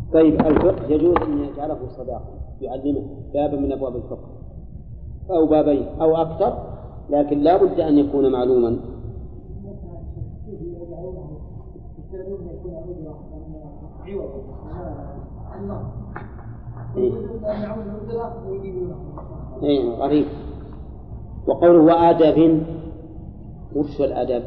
طيب الفقه يجوز أن يجعله صداقة يعلمه بابا من أبواب الفقه أو بابين أو أكثر، لكن لا بد أن يكون معلوما. غريب. وقوله وآدب، وش الأدب؟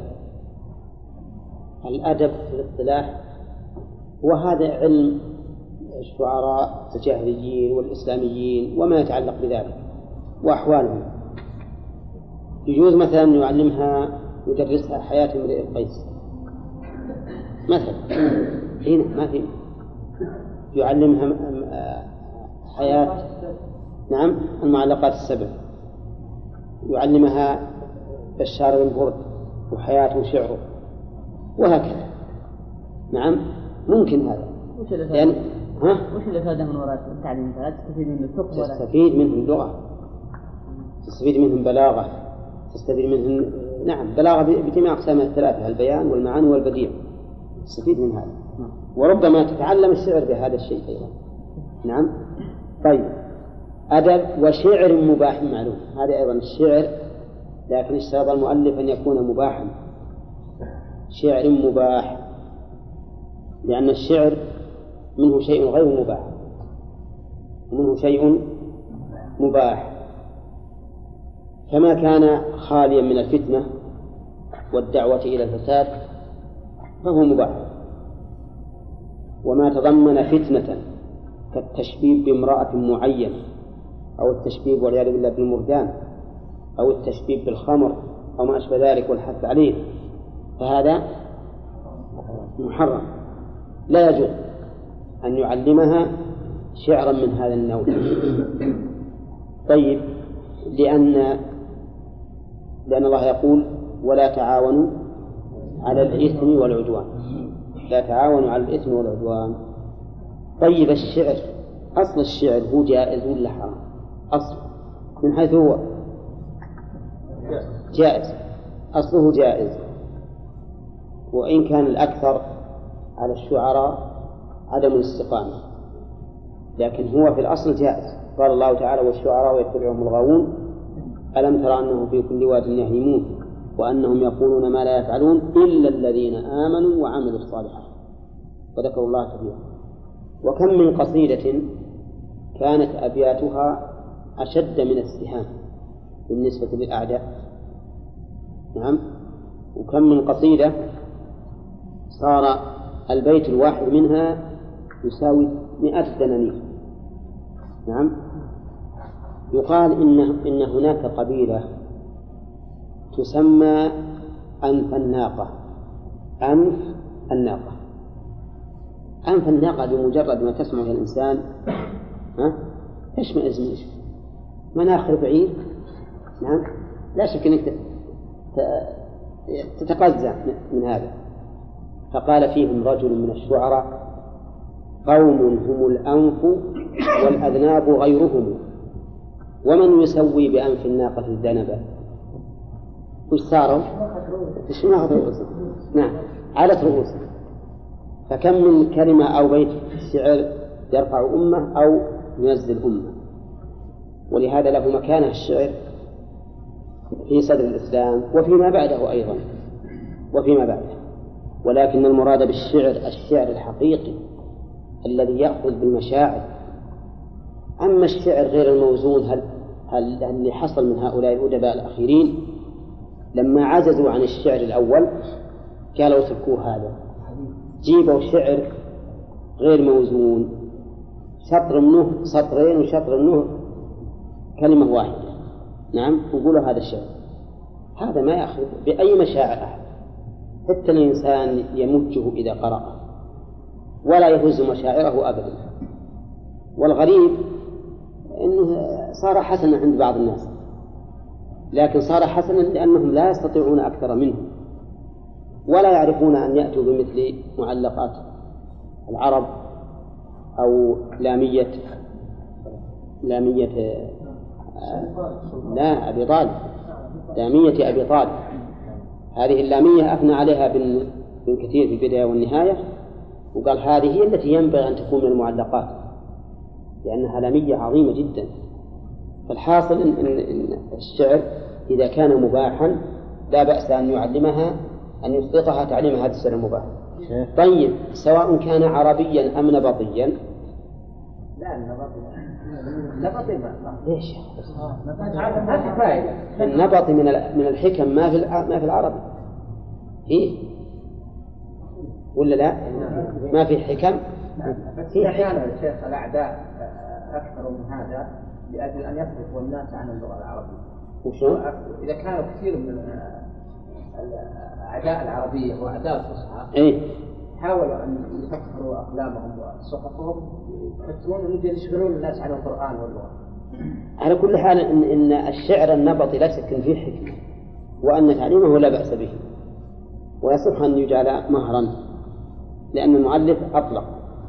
الأدب في الاصطلاح هو هذا علم الشعراء الجاهليين والإسلاميين وما يتعلق بذلك وأحوالهم. يجوز مثلا يعلمها يدرسها حياة امرئ القيس مثلا، هنا ما في، يعلمها حياة، نعم، المعلقات السبع، يعلمها بشار بن برد وحياته وشعره وهكذا. نعم ممكن هذا. يعني وش اللي فاده من وراء التعليم؟ تستفيد منه الفقه ولا تستفيد منه اللغة، تستفيد منهم بلاغة، تستفيد منهم نعم بلاغة بجميع أقسامها الثلاثة، البيان والمعاني والبديع، تستفيد من هذا. وربما تتعلم الشعر بهذا الشيء أيضا. نعم. طيب أدب وشعر مباح معلوم، هذا أيضا الشعر، لكن اشترط المؤلف أن يكون مباحا، شعر مباح، لأن الشعر منه شيء غير مباح ومنه شيء مباح، كما كان خاليا من الفتنة والدعوة إلى الفساد فهو مباح، وما تضمن فتنة كالتشبيب بامرأة معينة أو التشبيب والعياذ بالله بالمردان أو التشبيب بالخمر أو ما أشبه ذلك والحث عليه، فهذا محرم، لا يجوز أن يعلمها شعرا من هذا النوع. طيب لأن الله يقول ولا تعاونوا على الإثم والعدوان، لا تعاونوا على الإثم والعدوان. طيب الشعر، أصل الشعر هو جائز ولا حرام؟ أصل من حيث هو جائز، أصله جائز، وإن كان الأكثر على الشعراء عدم الاستقامة، لكن هو في الأصل جائز. قال الله تعالى والشعراء يتبعهم الغاوون ألم ترى أنه في كل واد يهيمون وأنهم يقولون ما لا يفعلون إلا الذين آمنوا وعملوا الصالحات وذكروا الله كثيرا. وكم من قصيدة كانت أبياتها أشد من السهام بالنسبة للأعداء. نعم. وكم من قصيدة صار البيت الواحد منها يساوي 100 دنانير. نعم. يقال إن هناك قبيلة تسمى أنف الناقة. أنف الناقة، أنف الناقة بمجرد ما تسمع الإنسان تشمئز منه، مناخر بعيد. نعم. لا شك أنك تتقزع من هذا. فقال فيهم رجل من الشعراء قوم هم الأنف والأذناب غيرهم ومن يسوي بأنف الناقة الذنبة. وش صاروا؟ تشمعت رؤوسهم. نعم، علت رؤوسهم. فكم من كلمة أو بيت الشعر يرفع أمة أو ينزل أمة. ولهذا له مكانة الشعر في صدر الإسلام وفيما بعده أيضا وفيما بعده. ولكن المراد بالشعر الشعر الحقيقي الذي يأخذ بالمشاعر. أما الشعر غير الموزون هل اللي حصل من هؤلاء الأدباء الأخيرين لما عجزوا عن الشعر الأول قالوا اتركوه هذا، جيبوا شعر غير موزون، شطر منه سطرين وشطر منه كلمة واحدة. نعم. وقولوا هذا الشعر، هذا ما يأخذ بأي مشاعر أحد، حتى الإنسان يمجه إذا قرأ ولا يهز مشاعره أبدا. والغريب أنه صار حسنا عند بعض الناس، لكن صار حسنا لأنهم لا يستطيعون أكثر منه ولا يعرفون أن يأتوا بمثل معلقات العرب أو لامية لا أبي طالب، لامية أبي طالب. هذه اللامية أثنى عليها ابن كثير في البداية والنهاية، وقال هذه هي التي ينبغي أن تكون من المعلقات لأنها لامية عظيمة جدا. فالحاصل إن الشعر إذا كان مباحا لا بأس أن يعلمها أن يطلقها تعليم هذا الشعر المباح. طيب سواء كان عربيا أم نبطيا. لا نبطي ليش النبط من الحكم ما في العربي إيه ولا لا ما في حكم. بس إذا كان الشيخ الأعداء أكثر من هذا لأجل أن يصرفوا الناس عن اللغة العربية. وشو؟ إذا كانوا كثير من أعداء العربية وأعداء الفصحى إيه؟ حاولوا أن يفكروا أقلامهم وصحفهم يكتبون يشغلون الناس عن القرآن واللغة. على كل حال إن الشعر النبطي لا شك فيه حكمة وأن تعليمه لا بأس به ويصح أن يجعل مهرا لأن المؤلف أطلق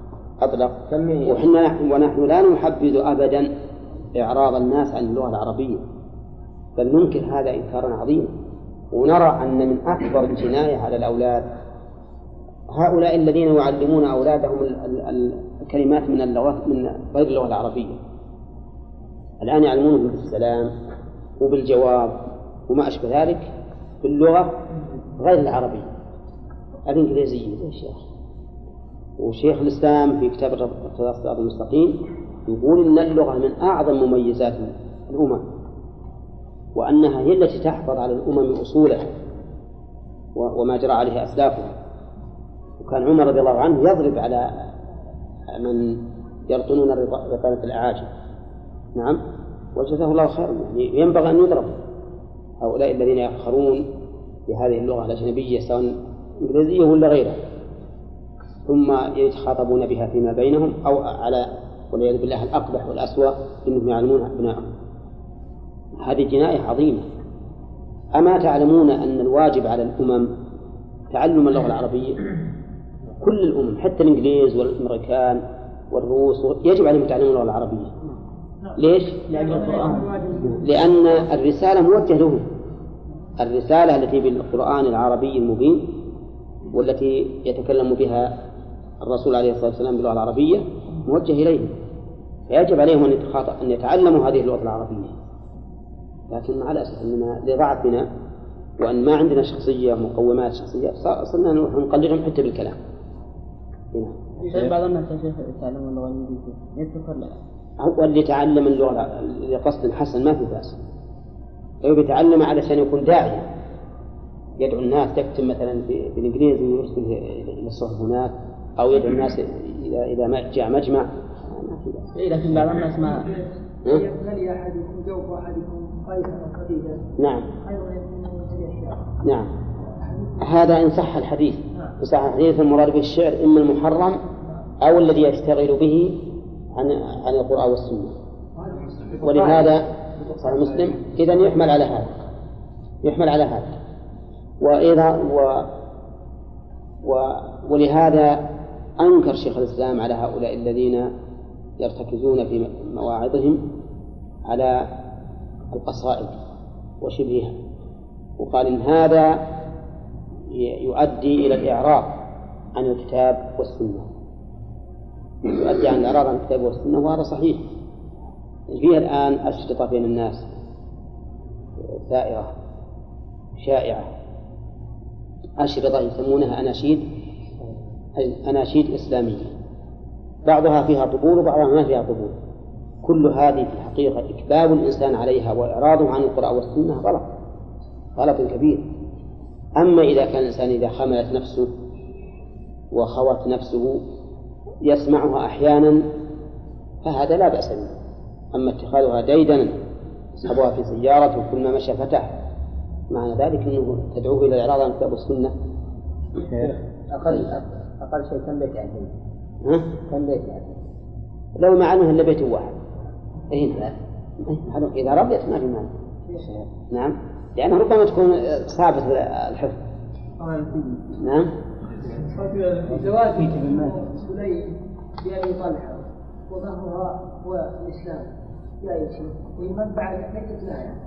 ونحن لا نحبذ أبدا إعراض الناس عن اللغة العربية بل ننكر هذا إنكارا عظيما ونرى أن من أكبر الجناية على الأولاد هؤلاء الذين يعلمون أولادهم الكلمات من اللغات من غير اللغة العربية. الآن يعلمونهم بالسلام وبالجواب وما أشبه ذلك باللغة غير العربية الإنجليزية. ليش يا أخي؟ وشيخ الإسلام في كتاب الصراط المستقيم يقول إن اللغة من أعظم مميزات الأمم وأنها هي التي تحفظ على الأمم أصولها وما جرى عليه أسلافها. وكان عمر رضي الله عنه يضرب على من يرطنون رطانة الأعاجم. نعم وجزاه الله خيرا يعني ينبغي أن يضرب هؤلاء الذين يفخرون بهذه اللغة الأجنبية سواء إنجليزية ولا غيرها ثم يتخاطبون بها فيما بينهم أو على والعياذ بالله الأقبح والأسوأ إنهم يعلمون أبنائهم. هذه جناية عظيمة. أما تعلمون أن الواجب على الأمم تعلم اللغة العربية؟ كل الأمم حتى الإنجليز والأمريكان والروس يجب عليهم تعلم اللغة العربية. ليش؟ لأن الرسالة موجهة لهم. الرسالة التي بالقرآن العربي المبين والتي يتكلم بها الرسول عليه الصلاة والسلام باللغة العربية موجه إليهم فيجب عليهم أن يتعلموا هذه اللغة العربية. لكن مع الأسف أننا لضعفنا وأن ما عندنا شخصية مقومات شخصية صرنا نقلدهم حتى بالكلام. بعض الناس يا شيخ يتعلمون اللغة الإنجليزية يتذكر لا هو اللي يتعلم اللغة لقصد حسن ما في بأس. هو يتعلم علشان يكون داعية يدعو الناس يكتب مثلا بالإنجليزي ويرسل إلى الصحف هناك أو يدعو الناس إذا جاء مجمع ما في بأس. لكن بعض الناس ما يملي أحدكم جوف أحدكم قيثا قديدا. نعم. خير من الأشياء. نعم. هذا إن صح الحديث. إن صح الحديث المراد بالشعر إما المحرم أو الذي يشتغل به عن القرآن والسنة. ولهذا صار مسلم إذن يحمل على هذا. يحمل على هذا. ولهذا أنكر شيخ الإسلام على هؤلاء الذين يرتكزون في مواعظهم على القصائد وشبهها وقال إن هذا يؤدي إلى الإعراض عن الكتاب والسنة. يؤدي عن الإعراض عن الكتاب والسنة وهذا صحيح. فيها الآن أشرطة بين الناس سائرة شائعة أشرطة يسمونها أناشيد إسلامية بعضها فيها طبول وبعضها ما فيها طبول. كل هذه في الحقيقة إكباب الإنسان عليها وإعراضه عن القرآن والسنة غلط كبير. أما إذا كان الإنسان إذا خملت نفسه وخوت نفسه يسمعها أحيانا فهذا لا بأس به. أما اتخاذها ديدنا يسحبها في سيارته وكل ما مشى فتح معنى ذلك أنه تدعوه إلى الإعراض عن الكتاب والسنة. أقل شيء كم بيت يعني؟ كم بيت يعني؟ لو ما عنه إلا بيت واحد. إذا ربيت ما في معنى. نعم لأنه ربما تكون صعبة الحفظ. نعم. زواج سليم بأبي طلحة وظهرها هو الإسلام لا يشيء ومن بعد ليست لها يعني.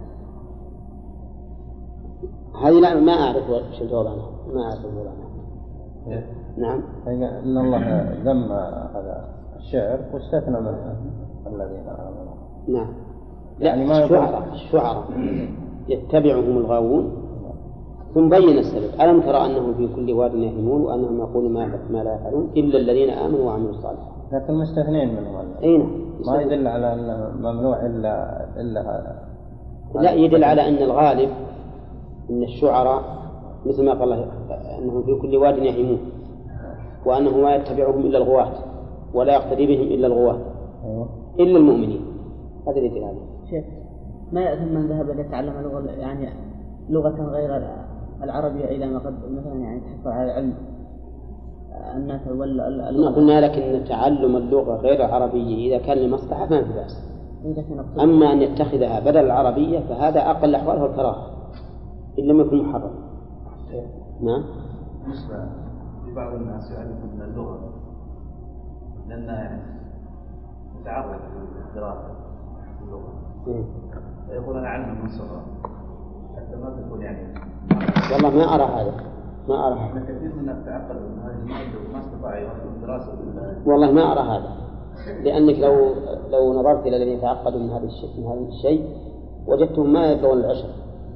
هذه لا ما أعرف وش الجواب عنها ما أعرف الجواب عنها. نعم. إن الله ذم هذا الشعر واستثنى منه الذين آمنوا. نعم. يعني ما الشعراء يتبعهم الغاوون، ثم بين السبب: ألم ترى أنهم في كل واد يهيمون وأنهم يقولون ما لا يفعلون إلا الذين آمنوا وعملوا الصالحات. لكن مستثنين منهم. أين؟ ما يدل على أنه ممنوع إلا هذا. لا، يدل على أن الغالب أن الشعراء مثل ما قال الله أنهم في كل واد يهيمون وأنه ما يتبعهم إلا الغواة ولا يقتدي بهم إلا الغواة إلا المؤمنين. هذا اللي يدل عليه. شيخ، ما يأثم من ذهب ليتعلم لغة يعني لغة غير العربية إلى ما قد مثلا يعني تحصل على علم الناس ولا قلنا لك أن تعلم اللغة غير العربية إذا كان لمصلحة ما في بأس. أما أن يتخذها بدل العربية فهذا أقل أحواله الكراهة إن لم يكن محرم. نعم. بالنسبة لبعض الناس يعرفون من اللغة لأنها يعني تتعرض للدراسة اللغة فيقول أنا علم من صغر حتى ما تكون يعني. والله ما أرى هذا. كثير من الناس تعقدوا من هذه المادة وما استطاع يواصل الدراسة. والله ما أرى هذا، لأنك لو نظرت إلى الذين تعقدوا من هذا الشيء وجدتهم ما يبلغون العشر.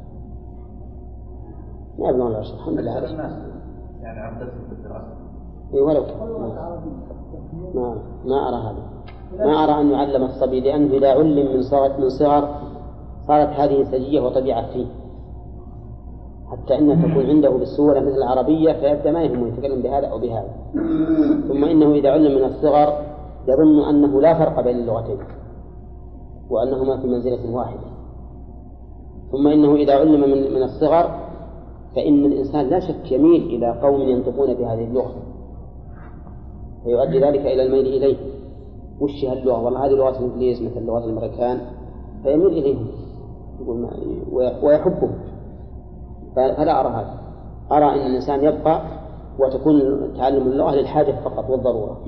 الحمد لله. الناس يعني عبدتهم في الدراسة. ولو ما أرى هذا. ما أرى أن يعلم الصبي، لأنه إذا علم من صغر صارت هذه سجية وطبيعة فيه، حتى أنها تكون عنده بالسهولة مثل العربية فيبدأ ما يهمه يتكلم بهذا أو بهذا. ثم إنه إذا علم من الصغر يظن أنه لا فرق بين اللغتين وأنهما في منزلة واحدة. ثم إنه إذا علم من الصغر فإن الإنسان لا شك يميل إلى قوم ينطقون بهذه اللغة فيؤدي ذلك إلى الميل إليه. وش هاللغة؟ والله هذه لغة الإنجليز مثل لغة الأمريكان، فيميل إليهم ويحبهم. فلا أرى هذا. أرى أن الإنسان يبقى وتكون تعلم اللغة للحاجة فقط والضرورة.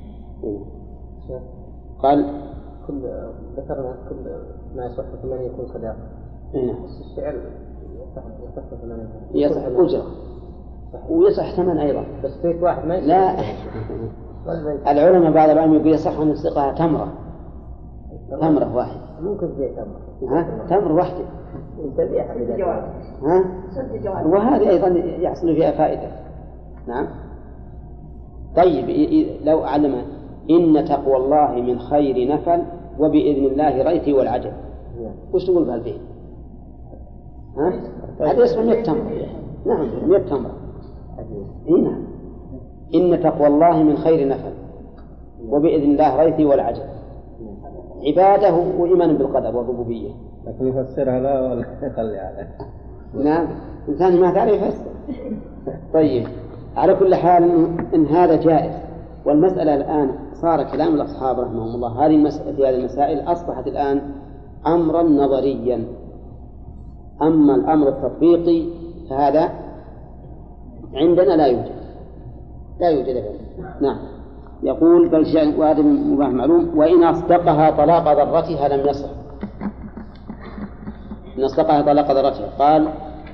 قال ذكرنا كل ما يصح ثمانية يكون صداقة. الشعر يصح أجرة ويصح ثمن أيضا. بس فيك واحد ما يصح. لا العلماء بعض العلماء يقول يصح أن يسقها تمرة واحدة. ممكن زي تمر واحدة. وهذه أيضا يحصل فيها فائدة. نعم. طيب لو أعلم إن تقوى الله من خير نفل وبإذن الله ريثي والعجل، وش تقول بهالبيت؟ هذا اسمه 100 تمر. نعم 100 تمر. نعم. إن تقوى الله من خير نفل وبإذن الله ريثي والعجل، عباده وإيمان بالقدر والربوبية. لكن يفسرها لا ولا يخلي عليه. نعم الإنسان ما تعرف يفسر. طيب على كل حال إن هذا جائز. والمسألة الآن صار كلام الأصحاب رحمهم الله هذه المسائل أصبحت الآن أمرا نظريا. أما الأمر التطبيقي فهذا عندنا لا يوجد أبدا. نعم. يقول بل شأن وهذا مباح معلوم وإن أصدقها طلاق ضرتها لم يصح. إن أصدقها طلاق ضرتها قال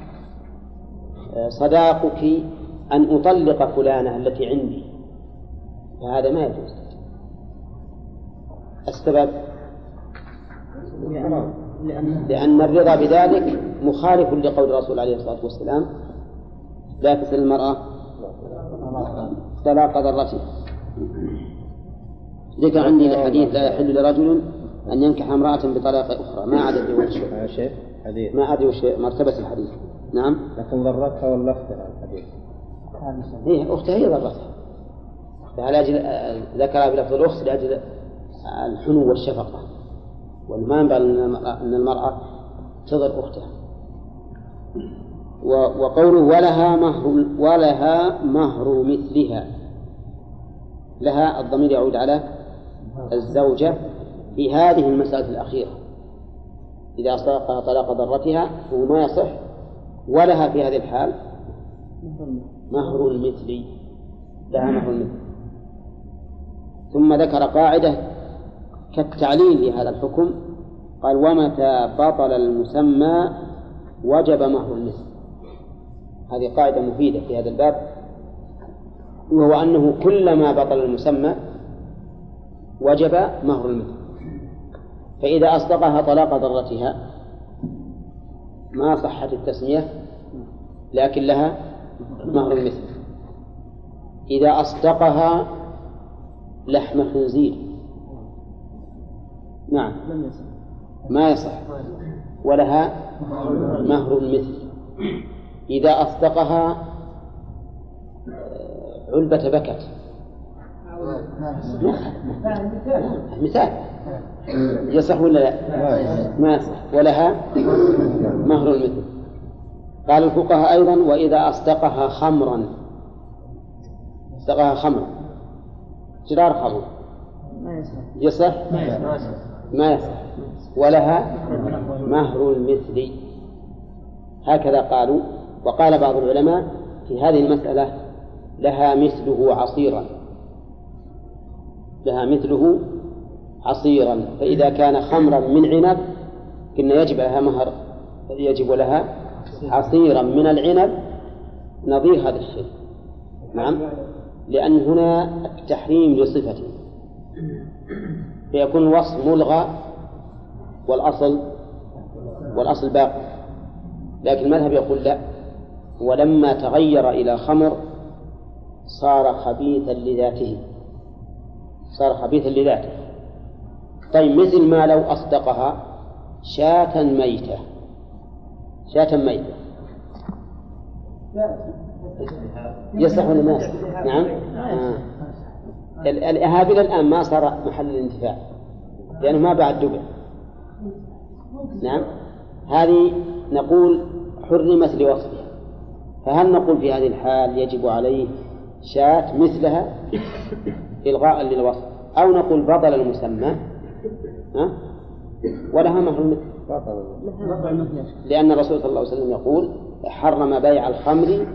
صداقك أن أطلق فلانة التي عندي، فهذا ما يجوز. السبب لأن الرضا بذلك مخالف لقول الرسول عليه الصلاة والسلام لا تسأل المرأة طلاق ضرتها. ذكر عندي الحديث لا يحل لرجل أن ينكح امرأة بطلاق أخرى. ما أدري وش حديث ما أدري وش مرتبة الحديث. نعم. لكن ضرتها ولا أختها الحديث؟ هي أختها هي ضرتها على أجل ذكرها بلفظ الأخت لأجل الحنو والشفقة، وما ينبغي أن المرأة تضر أختها. وقوله ولها مهر مثلها، لها الضمير يعود على الزوجة في هذه المسألة الأخيرة. إذا أصدقها طلاق ضرتها هو ما يصح، ولها في هذه الحال مهر المثل، لها مهر المثل. ثم ذكر قاعدة كالتعليل لهذا الحكم قال ومتى بطل المسمى وجب مهر المثل. هذه قاعدة مفيدة في هذا الباب. وهو أنه كلما بطل المسمى وجب مهر المثل. فإذا أصدقها طلاق ضرتها ما صحت التسمية لكن لها مهر المثل. إذا أصدقها لحم خنزير نعم ما يصح ولها مهر المثل. إذا أصدقها علبة بكت مثال يصح ولا لا؟ ما يصح ولها مهر المثل. قال الفقهاء أيضا وإذا أصدقها خمرا جرار خمر يصح ما يصح ولها مهر المثل. هكذا قالوا. وقال بعض العلماء في هذه المسألة لها مثله عصيرا فإذا كان خمرا من عنب كنا يجب لها عصيرا من العنب نظير هذا الشيء. نعم لأن هنا التحريم لصفته فيكون الوصف ملغى والأصل باقي. لكن المذهب يقول لا ولما تغير إلى خمر صار خبيثا لذاته. طيب مثل ما لو أصدقها شاة ميتة يصح ولا ما يصح؟ نعم الإهابة الآن ما صار محل الانتفاع لأنه ما بعد دبع. نعم هذه نقول حرمت لوصفها. فهل نقول في هذه الحال يجب عليه شاة مثلها إلغاء للوصف أو نقول بطل المسمى ولها مهر المثل؟ لأن الرسول صلى الله عليه وسلم يقول حرم بيع الخمر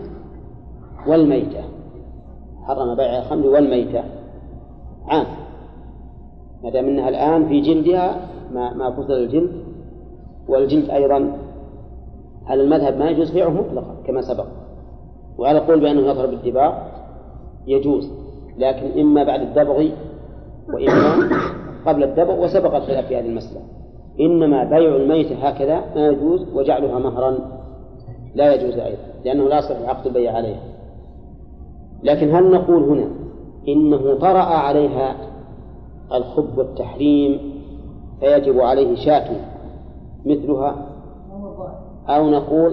والميتة عام ما دام منها الآن في جلدها ما فصل الجلد. والجلد أيضا على المذهب ما يجوز بيعه مطلقا كما سبق. وعلى القول بأنه يضرب بالدباغ يجوز لكن إما بعد الدبغ وإما قبل الدبغ وسبق الخلاف في هذه المسألة. إنما بيع الميتة هكذا ما يجوز وجعلها مهرا لا يجوز أيضا لأنه لا يصح عقد البيع عليها. لكن هل نقول هنا إنه طرأ عليها الخب والتحريم فيجب عليه شاة مثلها أو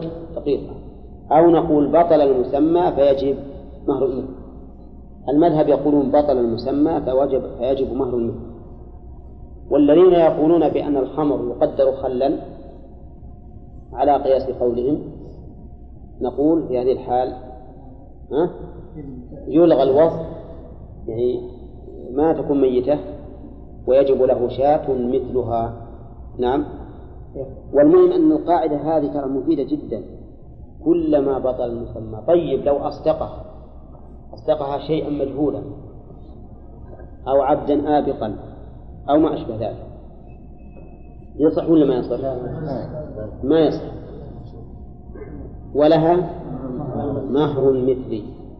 نقول بطل المسمى فيجب مهر المثل؟ المذهب يقولون بطل المسمى فيجب مهر المثل. والذين يقولون بأن الخمر يقدر خلا على قياس قولهم نقول في هذه الحال يلغى الوصف يعني ما تكون ميتة ويجب له شاة مثلها. نعم. والمهم أن القاعدة هذه ترى مفيدة جدا. كلما بطل المسمى. طيب لو أصدقها شيئا مجهولا أو عبدا آبقا أو ما أشبه ذلك يصح ولا ما يصح؟ ما يصح ولها مهر مثلي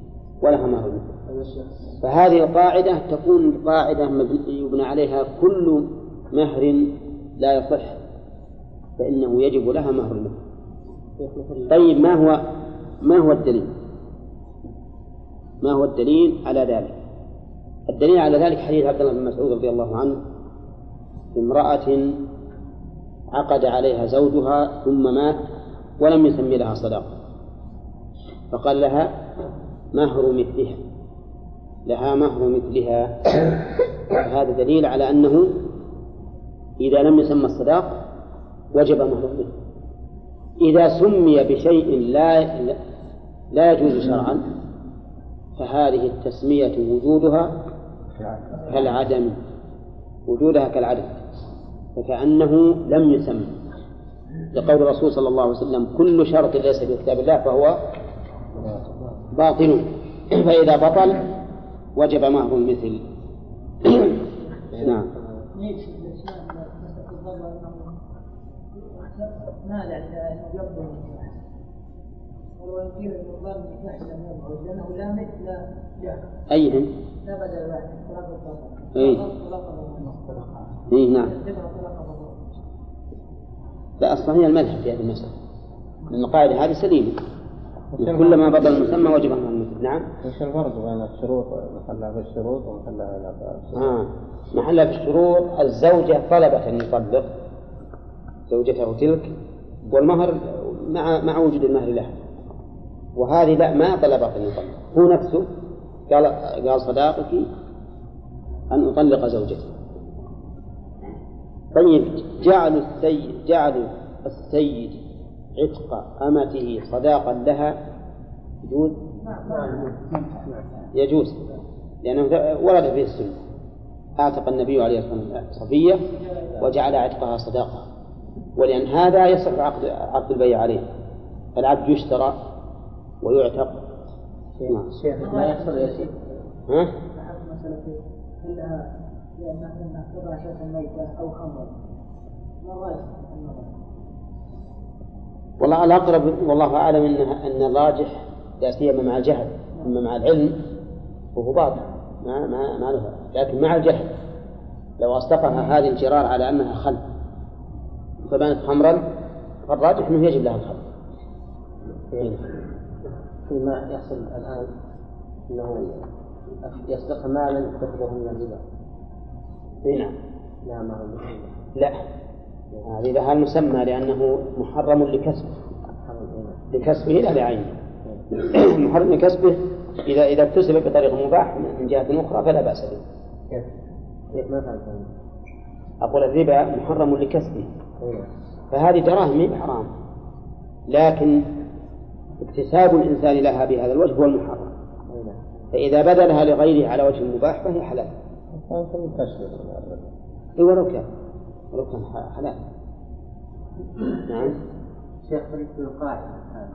فهذه القاعدة تكون قاعدة يبنى عليها كل مهر لا يصح فإنه يجب لها مهر مثلي. طيب ما هو الدليل على ذلك؟ الدليل على ذلك حديث عبد الله بن مسعود رضي الله عنه امرأة عقد عليها زوجها ثم مات ولم يسمي لها صداقة فقال لها مهر مثلها. هذا دليل على أنه إذا لم يسمى الصداق وجب مهر مثله. إذا سمي بشيء لا يجوز شرعا فهذه التسمية وجودها كالعدم فكأنه لم يسمى لقول الرسول صلى الله عليه وسلم كل شرط ليس في كتاب الله فهو باطل فإذا بطل وجب مهر المثل. نعم. وإن قيل أن الله من نكاح لم يظهر لأنه لا مثل لا أيهن؟ لا بدل واحد طلاق الطلاق. إيه نعم. لا الصحيح المذهب في هذه المسألة، لأن القاعدة هذه سليمة، كلما بطل المسمى وجب أمر المثل. نعم. وش الفرق بين الشروط محلها في الشروط ومحلها لا في الشروط؟ محلها في الشروط الزوجة طلبت أن يطلق زوجته تلك والمهر مع وجود المهر له، وهذه لا ما طلبت أن يطلق، هو نفسه قال صداقك أن أطلق زوجتي. طيب جعل السيد عتق أمته صداقا لها يجوز؟ يجوز، لأنه ورد فيه السنة، أعتق النبي عليه الصلاة والسلام صفية وجعل عتقها صداقة، ولأن هذا يصح عقد البيع عليه، العبد يشترى ويعتق. شيخ ما يحصل يا شيخ. مسألة إنها مثلا تضع شيئا ميتا أو خمر ما رأيك؟ والله الأقرب والله أعلم أن الراجح لا سيما مع الجهل، أما مع العلم وهو باطل ما له، لكن مع الجهل لو أصدقها هذه الجرار على أنها خل فبانت خمرا فالراجح أنه يجب لها الخل. فيما يحصل الآن أنه يصدق مالا تأخذه من الربا. نعم. لا ما هو لا، هذا هل مسمى لأنه محرم لكسبه لا لعينه. محرم لكسبه إذا اكتسب بطريق مباح من جهة أخرى فلا بأس به. كيف ما فهمت؟ أقول الربا محرم لكسبه، فهذه دراهم حرام، لكن اكتساب الإنسان لها بهذا الوجه هو المحرم، فإذا بذلها لغيره على وجه المباح فهي حلال. ولو كان حلال. نعم. شيخ في القاعدة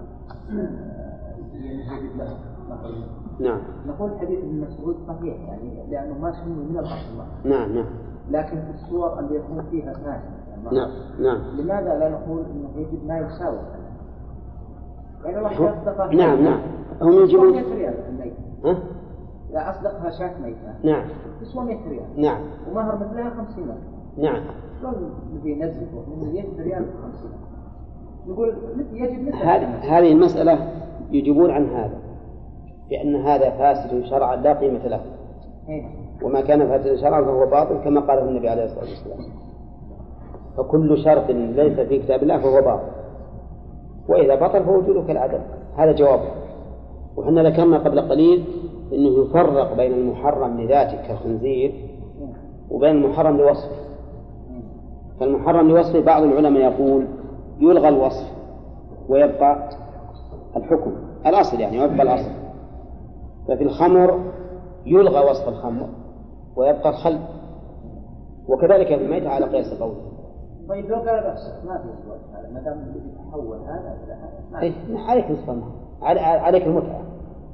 نعم. نقول حديث ابن مسعود صحيح يعني لأنه ما سمي من الأصل. نعم. لكن في الصور اللي يكون فيها ناس. نعم. لماذا لا نقول إنه يجب ما يساوي؟ يعني الله نعم. هم يجيبون 100 ريال الميت. لا أصدقها شاة ميتة. نعم. تسوى 100 ريال. نعم. ومهر مثلها 50. نعم. شلون نبي نزله من 100 ريال 50؟ نقول يجب مثل هذه المسألة يجيبون عن هذا بأن هذا فاسد شرعا لا قيمة له، وما كان فاسدا شرعا فهو باطل كما قاله النبي عليه الصلاة والسلام. فكل شرط ليس في كتاب الله فهو باطل، وإذا بطل فوجوده كالعدم. هذا جوابه. وحنا ذكرنا قبل قليل أنه يفرق بين المحرم لذاته كالخنزير وبين المحرم لوصفه. فالمحرم لوصفه بعض العلماء يقول يلغى الوصف ويبقى الحكم الأصل يعني ويبقى الأصل. ففي الخمر يلغى وصف الخمر ويبقى الخل، وكذلك في الميتة على قياس القول. طيب لو قال بس ما في زواج هذا ما دام يتحول هذا إلى هذا عليك نصف المهر، عليك المتعة،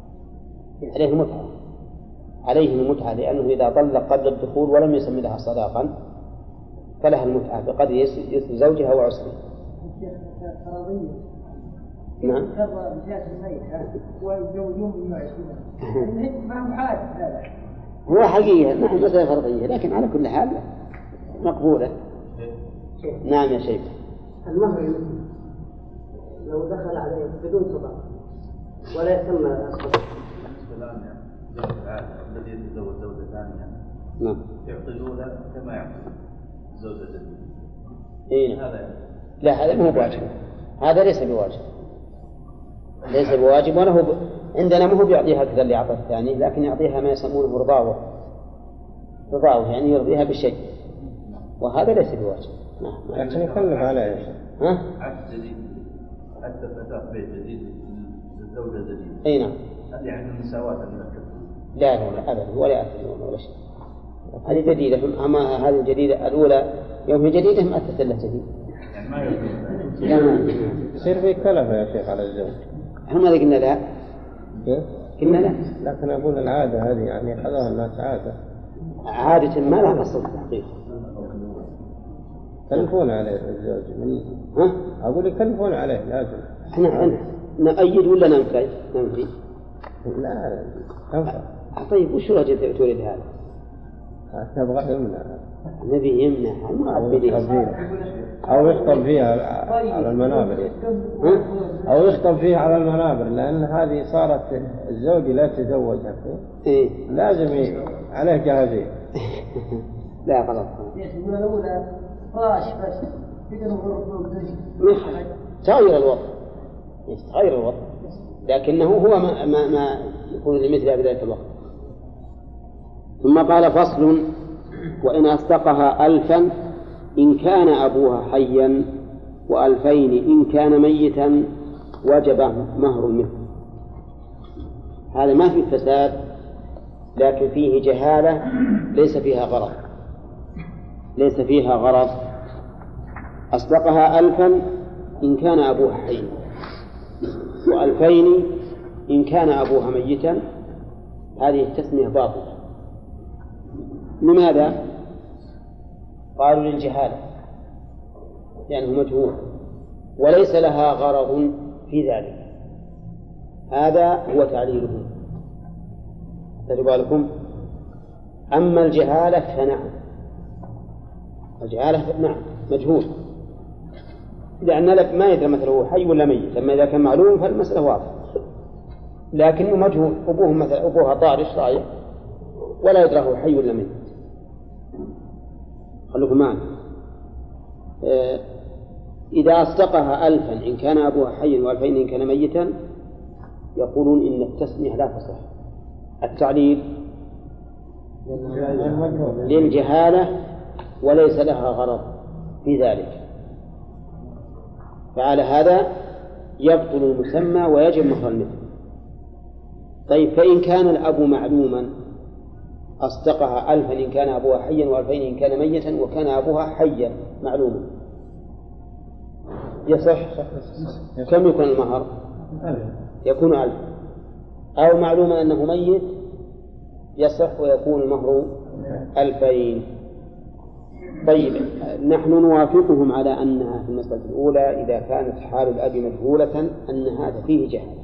عليه المتعة لأنه إذا طلق قبل الدخول ولم يسمي لها صداقا فلها المتعة بقدر يسر زوجها وعسره. نعم. هو حقيقة نحن مسألة فرضية لكن على كل حال مقبولة. نعم يا شيخ. المهر لو دخل عليه بدون صداق ولا يسمى الصداق. الآن زوج العادة الذي يتزوج زوجة ثانية نعم يعطي الأولى كما يعطي زوجة جديدة. هذا لا هذا ما هو بواجب، هذا ليس بواجب، ولا هو عندنا ما هو بيعطيها كذا اللي أعطى الثاني، لكن يعطيها ما يسمونه رضاوة يعني يرضيها بشيء، وهذا ليس بواجب. لكن يكلف عليه يا شيخ. عقد جديد، حتى فتاة بيت جديد للزوجة جديدة. أي نعم. هذه يعني المساواة اللي لا أبدا ولا شيء. هذه جديدة، أما هذه الجديدة الأولى يوم هي جديدة ما أثبت له جديد. يعني ما يرضي. يصير في كلفة يا شيخ على الزوج. احنا ماذا قلنا لا؟ قلنا لا. لكن أقول العادة هذه يعني حضرها الناس عادة ما لها أصل في الحقيقة. يكلفون عليه الزوج من أقول يكلفون عليه لازم. احنا نؤيد ولا ننفي؟ لا تنفع. طيب وش رجل تريد هذا؟ تبغى يمنع. النبي يمنع أو يخطب فيها على المنابر. أو يخطب فيها على المنابر، لأن هذه صارت الزوج لا تزوجها فيه. لازم عليه جاهزية. لا غلط. يقول الأولى فراش بس تغير الوضع لكنه هو ما يكون لمثلها بذلك الوقت. ثم قال فصل: وإن أصدقها 1000 إن كان أبوها حيا و2000 إن كان ميتا وجب مهر المثل. هذا ما فيه فساد، لكن فيه جهالة ليس فيها غرض. أصدقها 1000 إن كان أبوها حيا و2000 إن كان أبوها ميتا. هذه التسمية باطلة. لماذا؟ قالوا للجهالة، لأنه مجهول وليس لها غرض في ذلك. هذا هو تعليله. بالكم. أما الجهالة فنعم، الجهالة نعم مجهول، لأن ما يدري مثلا هو حي ولا ميت. أما إذا كان معلوم فالمسألة واضحة، لكنه مجهول. أبوه مثلا أبوها طارش رايح ولا يدري هو حي ولا ميت. خلوكم معنا. إذا أصدقها 1000 إن كان أبوها حيا و2000 إن كان ميتا، يقولون إن التسمية لا تصح. التعليل للجهالة وليس لها غرض في ذلك، فعلى هذا يبطل المسمى ويجب مهر المثل. طيب فإن كان الأب معلوما أصدقها 1000 إن كان أبوها حيا و2000 إن كان ميتا وكان أبوها حيا معلوما، يصح؟ كم يكون المهر؟ يكون 1000. أو معلوما أنه ميت يصح ويكون المهر 2000. طيب نحن نوافقهم على أنها في المسألة الأولى إذا كانت حال الأب مجهولة أن هذا فيه جهل،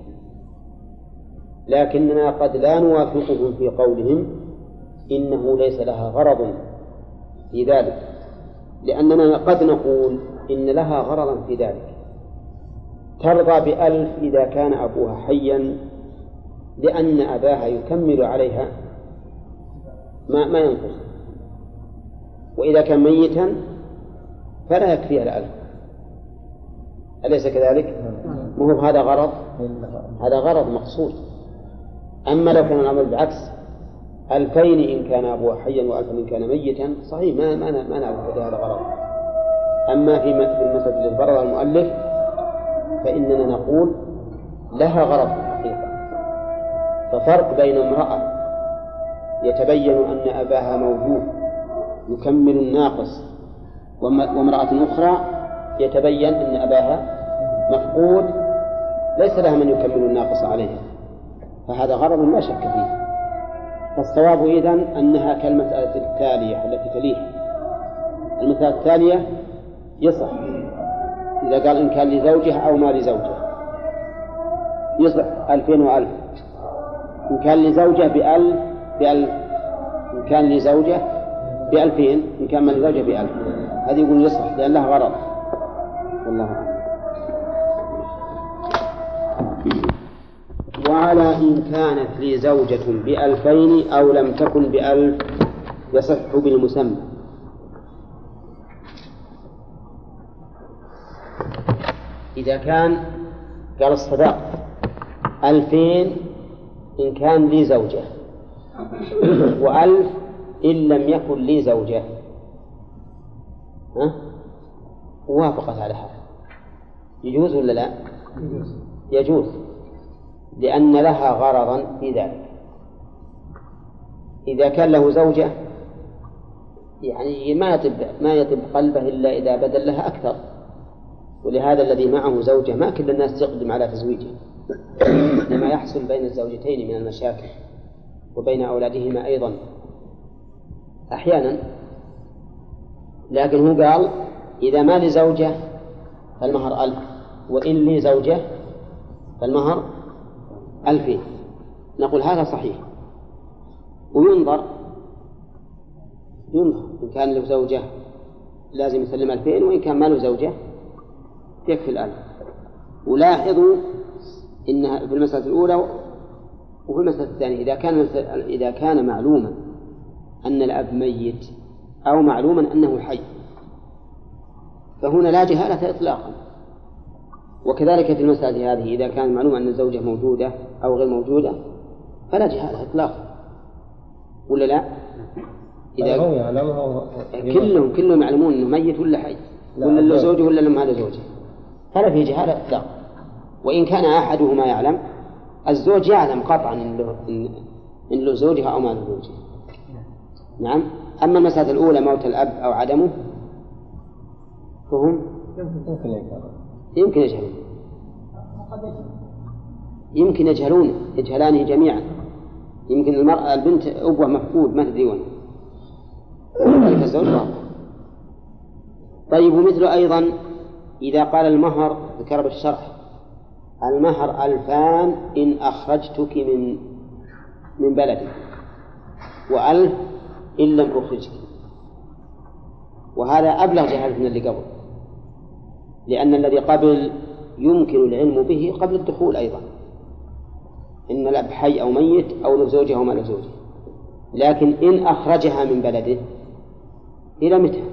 لكننا قد لا نوافقهم في قولهم إنه ليس لها غرض في ذلك، لأننا قد نقول إن لها غرضا في ذلك. ترضى ب1000 إذا كان أبوها حيا لأن أباها يكمل عليها ما ينقص، وإذا كان ميتا فلا يكفيها 1000. أليس كذلك؟ مو هذا غرض؟ هذا غرض مقصود. أما لو كان الأمر بالعكس 2000 إن كان أبوها حيا و1000 إن كان ميتا، صحيح ما نعرف هذا غرض. أما في المسألة التي فرضها المؤلف فإننا نقول لها غرض في الحقيقة. ففرق بين امرأة يتبين أن أباها موجود يكمل الناقص وامرأة أخرى يتبين أن أباها مفقود ليس لها من يكمل الناقص عليها، فهذا غرض لا شك فيه. فالصواب إذن أنها كالمسألة التالية التي تليها. المسألة التالية يصح إذا قال إن كان لزوجها أو ما لزوجها يصح 2000 و1000. إن كان لزوجه ب1000 إن كان لزوجه ب2000 إن كان ما لزوجه ب1000. هذه يقول يصح لأن لها غرض. والله أعلم. وعلى إن كانت لي زوجة ب2000 أو لم تكن ب1000 يصح بالمسمى. إذا كان قال الصداق 2000 إن كان لي زوجة و1000 إن لم يكن لي زوجة، وافقت على هذا، يجوز ولا لا؟ يجوز، لأن لها غرضا في ذلك. إذا كان له زوجة يعني ما يطب قلبه إلا إذا بدل لها أكثر، ولهذا الذي معه زوجة ما كل الناس تقدم على تزويجه، لما يحصل بين الزوجتين من المشاكل وبين أولادهما أيضا أحيانا. لكن هو قال إذا ما لي زوجة فالمهر 1000، وإن لي زوجة فالمهر 2000. نقول هذا صحيح، وينظر إن كان له زوجة لازم يسلم 2000، وإن كان ما له زوجة يكفي 1000. ولاحظوا إنها في المسألة الأولى وفي المسألة الثانية إذا كان معلوما أن الأب ميت أو معلوما أنه حي فهنا لا جهالة إطلاقا. وكذلك في المسألة هذه إذا كان معلوم أن الزوجة موجودة أو غير موجودة فلا جهالة إطلاقا، ولا لا؟ إذا هو يعلمها كلهم يعلمون أنه ميت ولا حي، ولا له زوجه ولا ما له زوجه، فلا في جهالة إطلاقا. وإن كان أحدهما يعلم، الزوج يعلم قطعا إن له زوجها أو ما له زوجها. نعم. أما المسألة الأولى موت الأب أو عدمه فهم يمكن يجهلانه جميعا. يمكن المرأة البنت أبوه مفقود ما تدري وين، ذلك الزوج واضح. طيب، ومثل أيضا إذا قال المهر ذكر بالشرح المهر 2000 إن أخرجتك من بلدك، و1000 إن لم أخرجك، وهذا أبلغ جهالة من اللي قبل، لأن الذي قبل يمكن العلم به قبل الدخول أيضا، إن الأب حي أو ميت أو له زوجها أو ما له زوجها. لكن إن أخرجها من بلده إلى متى؟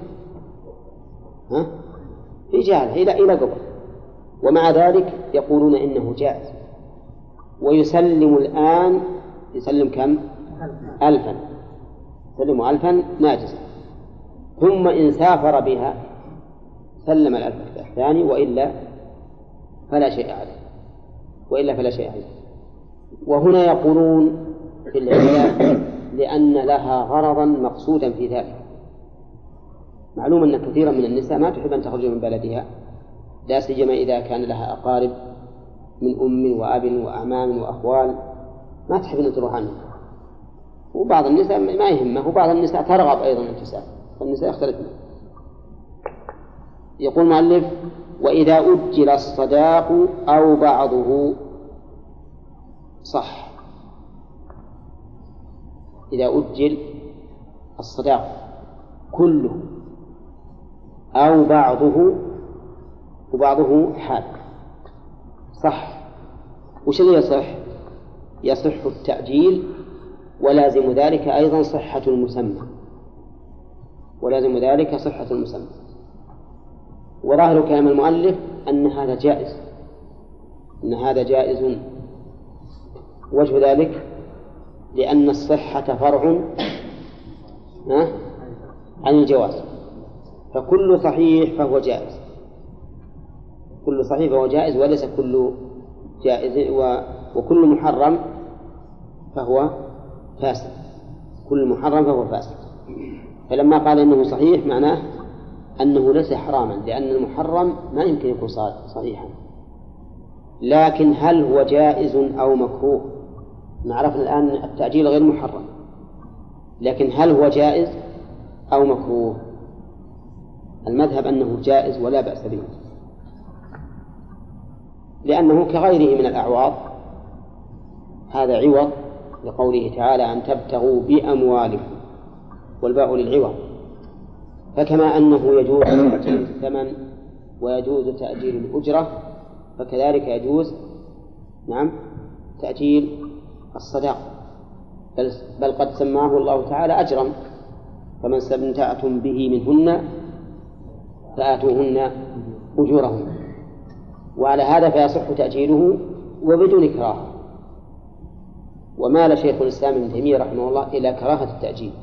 في جهالة إلى قبل. ومع ذلك يقولون إنه جائز، ويسلم الآن يسلم كم؟ 1000. سلموا 1000 ناجزة، ثم إن سافر بها سلم 1000 الثاني، وإلا فلا شيء عليه. وهنا يقولون في العلة لأن لها غرضا مقصودا في ذلك. معلوم أن كثيرا من النساء ما تحب أن تخرج من بلدها، لا سيما إذا كان لها أقارب من أم وأب وأعمام وأخوال، ما تحب أن تروح عنه. وبعض النساء ما يهمه، وبعض النساء ترغب أيضا أن تسافر، فالنساء يختلفن. يقول المؤلف: وإذا أجل الصداق أو بعضه صح. إذا أجل الصداق كله أو بعضه، وبعضه حال، صح. وش اللي يصح؟ يصح التأجيل، ولازم ذلك أيضا صحة المسمى، وظاهر كلام المؤلف أن هذا جائز، وجه ذلك لأن الصحة فرع عن الجواز، فكل صحيح فهو جائز، وليس كل جائز، وكل محرم فهو فاسد. فلما قال إنه صحيح معناه أنه ليس حراما، لأن المحرم ما يمكن يكون صحيحا. لكن هل هو جائز أو مكروه؟ نعرف الآن التأجيل غير محرم، لكن هل هو جائز أو مكروه؟ المذهب أنه جائز ولا بأس به، لأنه كغيره من الأعواض، هذا عوض لقوله تعالى أن تبتغوا بأموالكم، والباء للعوض. فكما أنه يجوز تأجيل الثمن ويجوز تأجيل الأجرة، فكذلك يجوز تأجيل الصداق، بل قد سماه الله تعالى أجرا: فمن استمتعتم به منهن فآتوهن أجورهن. وعلى هذا فيصح تأجيله وبدون كراهة. ومال شيخ الإسلام ابن تيمية رحمه الله إلى كراهة التأجيل،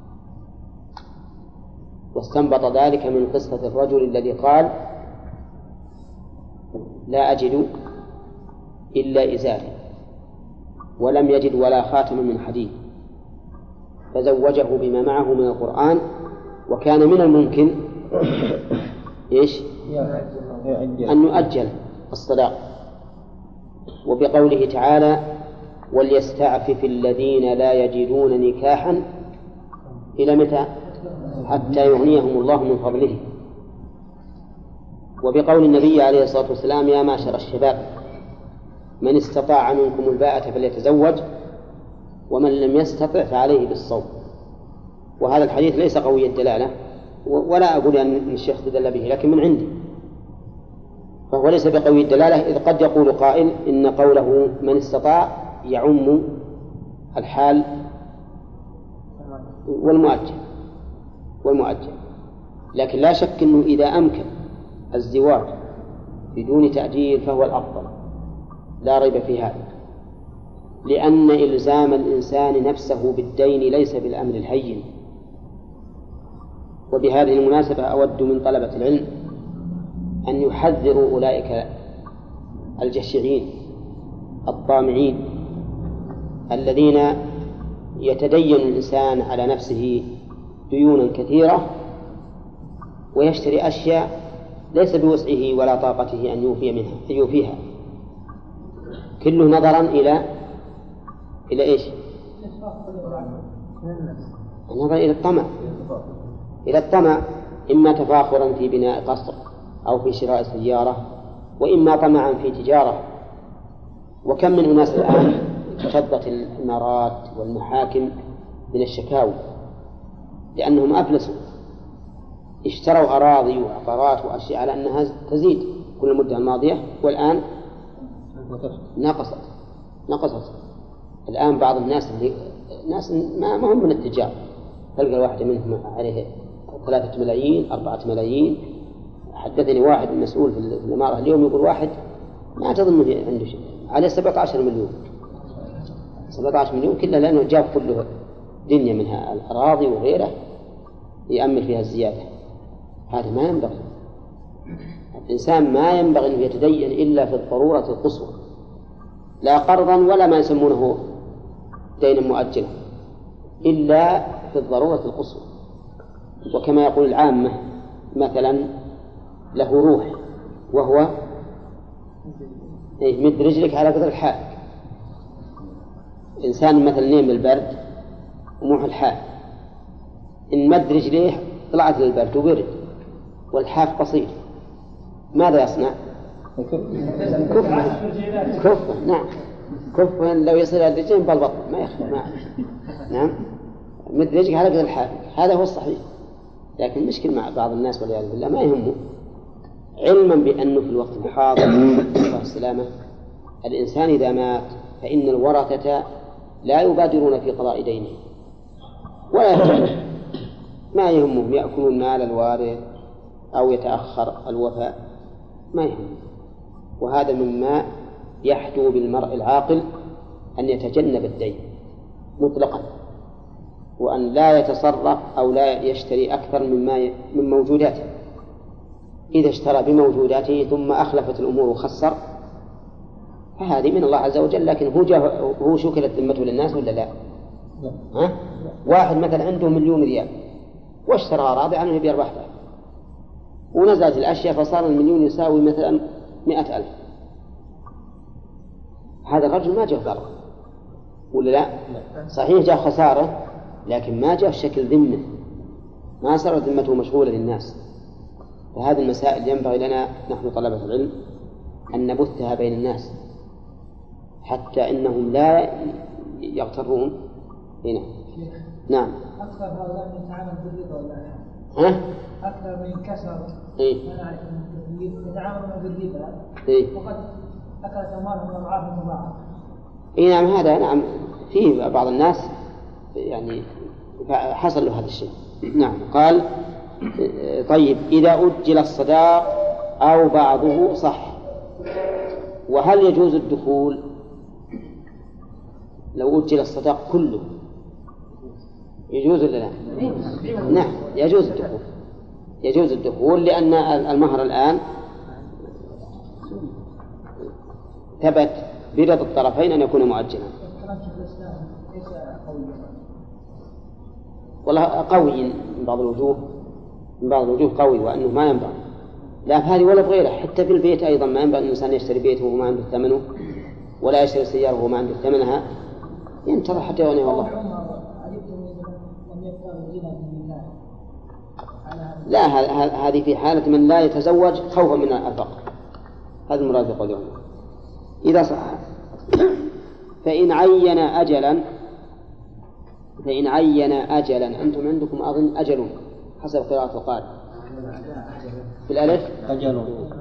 واستنبط ذلك من قصة الرجل الذي قال: لا أجد إلا إزاري، ولم يجد ولا خاتم من حديد، فزوجه بما معه من القرآن، وكان من الممكن أن يؤجل الصداق. وبقوله تعالى: وليستعفف الذين لا يجدون نكاحا إلى متى؟ حتى يغنيهم الله من فضله. وبقول النبي عليه الصلاة والسلام: يا معشر الشباب من استطاع منكم الباءة فليتزوج ومن لم يستطع فعليه بالصوم. وهذا الحديث ليس قوي الدلالة، ولا أقول أن الشيخ استدل به، لكن من عندي، فهو ليس بقوي الدلالة، إذ قد يقول قائل إن قوله من استطاع يعم الحال والمؤجل، لكن لا شك أنه إذا أمكن الزواج بدون تأجيل فهو الأفضل، لا ريب في هذا، لأن إلزام الإنسان نفسه بالدين ليس بالأمر الهين. وبهذه المناسبة أود من طلبة العلم أن يحذروا أولئك الجشعين الطامعين الذين يتدين الإنسان على نفسه ديونا كثيرة ويشتري أشياء ليس بوسعه ولا طاقته أن يوفيها، كله نظرا إلى إيش؟ النظر إلى الطمع، إما تفاخرا في بناء قصر أو في شراء سيارة، وإما طمعا في تجارة. وكم من أناس الآن شدت الإمارات والمحاكم من الشكاوى لأنهم أفلسوا، اشتروا أراضي وعقارات وأشياء على أنها تزيد كل المدة الماضية، والآن نقصت. الآن بعض الناس ما هم من التجار، تلقى الواحد منهم عليه 3 ملايين 4 ملايين. حدثني واحد مسؤول في الإمارة اليوم يقول واحد ما تظن عنده شيء عليه 17 مليون 17 مليون كله، لأنه جاب كله دنيا منها الأراضي وغيره يأمل فيها الزيادة. هذا ما ينبغي، الإنسان ما ينبغي أن يتدين إلا في الضرورة القصوى، لا قرضا ولا ما يسمونه دينا مؤجلا، إلا في الضرورة القصوى. وكما يقول العامة مثلا له روح وهو مد رجلك على قدر الحال. إنسان مثلا نيم البرد وموح الحال، إن مد رجليه طلعت للبرد وبرد والحاف قصير، ماذا يصنع؟ كفه. نعم كفه، لو يصل إلى الرجلين بالبطن ما يخفى. نعم مد رجلك على قدر الحال، هذا هو الصحيح. لكن مشكل مع بعض الناس والعياذ بالله ما يهمه، علما بأنه في الوقت الحاضر الله السلامة الإنسان إذا مات فإن الورثة لا يبادرون في قضاء دينه ولا يهمهم، ما يهمهم يأكلون مال الوارث أو يتأخر الوفاء، ما يهم. وهذا مما يحدو بالمرء العاقل أن يتجنب الدين مطلقا، وأن لا يتصرف أو لا يشتري أكثر من موجوداته. إذا اشترى بموجوداته ثم أخلفت الأمور وخسر فهذه من الله عز وجل، لكن هو شكلت ذمته للناس ولا لا؟ واحد مثلا عنده 1,000,000 ريال واشترى أراضي عنه ب4,000 ونزلت الأشياء فصار 1,000,000 يساوي مثلا 100,000. هذا الرجل ما جاء ضرر ولا لا؟ صحيح جاء خسارة، لكن ما جاء شكل ذمة، ما صارت ذمته مشغولة للناس. فهذه المسائل ينبغي لنا نحن طلبة العلم أن نبثها بين الناس حتى إنهم لا يغترون هنا. نعم. أكثر هؤلاء يتعامل بالربا ولا أكثر من كسر ما نعرف من يتعاملون بالربا وقد أكلت أموالهم أضعاف مضاعفة. نعم هذا نعم فيه بعض الناس يعني حصل له هذا الشيء. نعم. قال طيب إذا أجل الصداق أو بعضه صح، وهل يجوز الدخول لو أجل الصداق كله؟ يجوز ولا لا؟ نعم يجوز الدخول لأن المهر الآن ثبت برضا الطرفين أن يكون مؤجلا. والله قوي من بعض الوجوه قوي، وأنه ما ينبغي لا في هذه ولا في غيره. حتى في البيت أيضا ما ينبغي أن الإنسان يشتري بيته وهو ما عنده ثمنه، ولا يشتري سيارة وهو ما عنده ثمنها، ينتظر حتى يغني والله. لا هذه في حالة من لا يتزوج خوفا من الفقر، هذا المراد بقول يوم. إذا صح. فإن عين أجلا أنتم عندكم أظن أجل حسب قراءة القارئ في الألف أجل.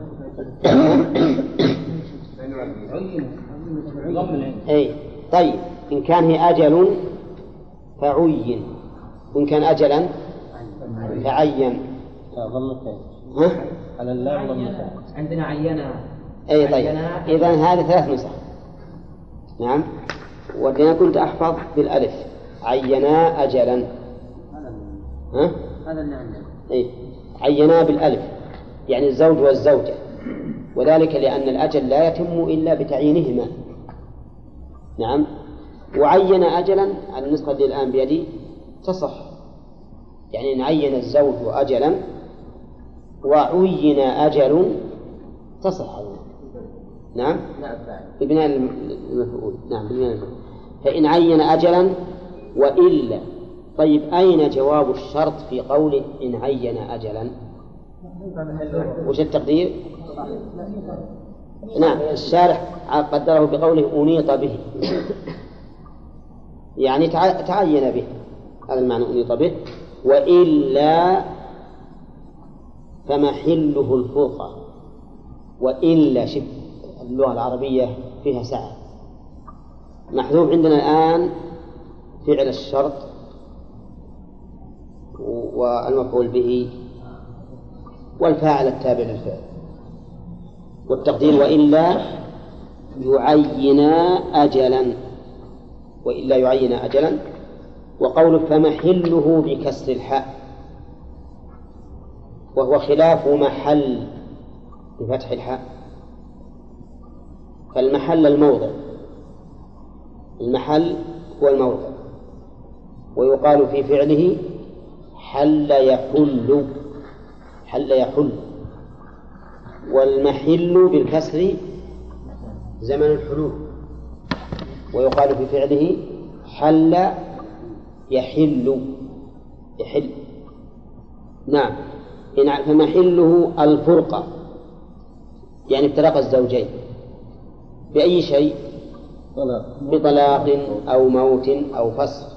أي طيب إن كان هي أجل فعين، وإن كان أجلا فعين. ضمتين ها؟ على اللام ضمتين. عندنا عينا. أي طيب إذن هذه 3 نسخ. نعم. وأنا كنت أحفظ بالألف عينا أجلا. ها؟ هذا اللي عندنا. أي عينا بالألف يعني الزوج والزوجة، وذلك لأن الأجل لا يتم إلا بتعيينهما. نعم. وعين أجلا على النسخة اللي الآن بيدي تصح، يعني نعين الزوج أجلا وعين أجل تصح. نعم ببناء المفعول. نعم ببناء المفعول. فإن عين أجلا وإلا. طيب أين جواب الشرط في قوله إن عين أجلا؟ وش التقدير؟ نعم الشارح قدره بقوله أنيط به، يعني تعين به، هذا المعنى أنيط به. وإلا فمحله الفرقة. وإلا شف اللغة العربية فيها سعة. محذوف عندنا الآن فعل الشرط والمفعول به والفاعل التابع للفعل، والتقدير وإلا يعين أجلا. وإلا يعين أجلا. وقوله فمحله بكسر الحاء، وهو خلاف محل بفتح الحاء. فالمحل الموضع، المحل هو الموضع. ويقال في فعله حل يحل، حل يحل. والمحل بالكسر زمن الحلول. ويقال في فعله حل يحل، يحل. نعم. فمحله الفرقة، يعني افتراق الزوجين بأي شيء؟ بطلاق أو موت أو فسخ.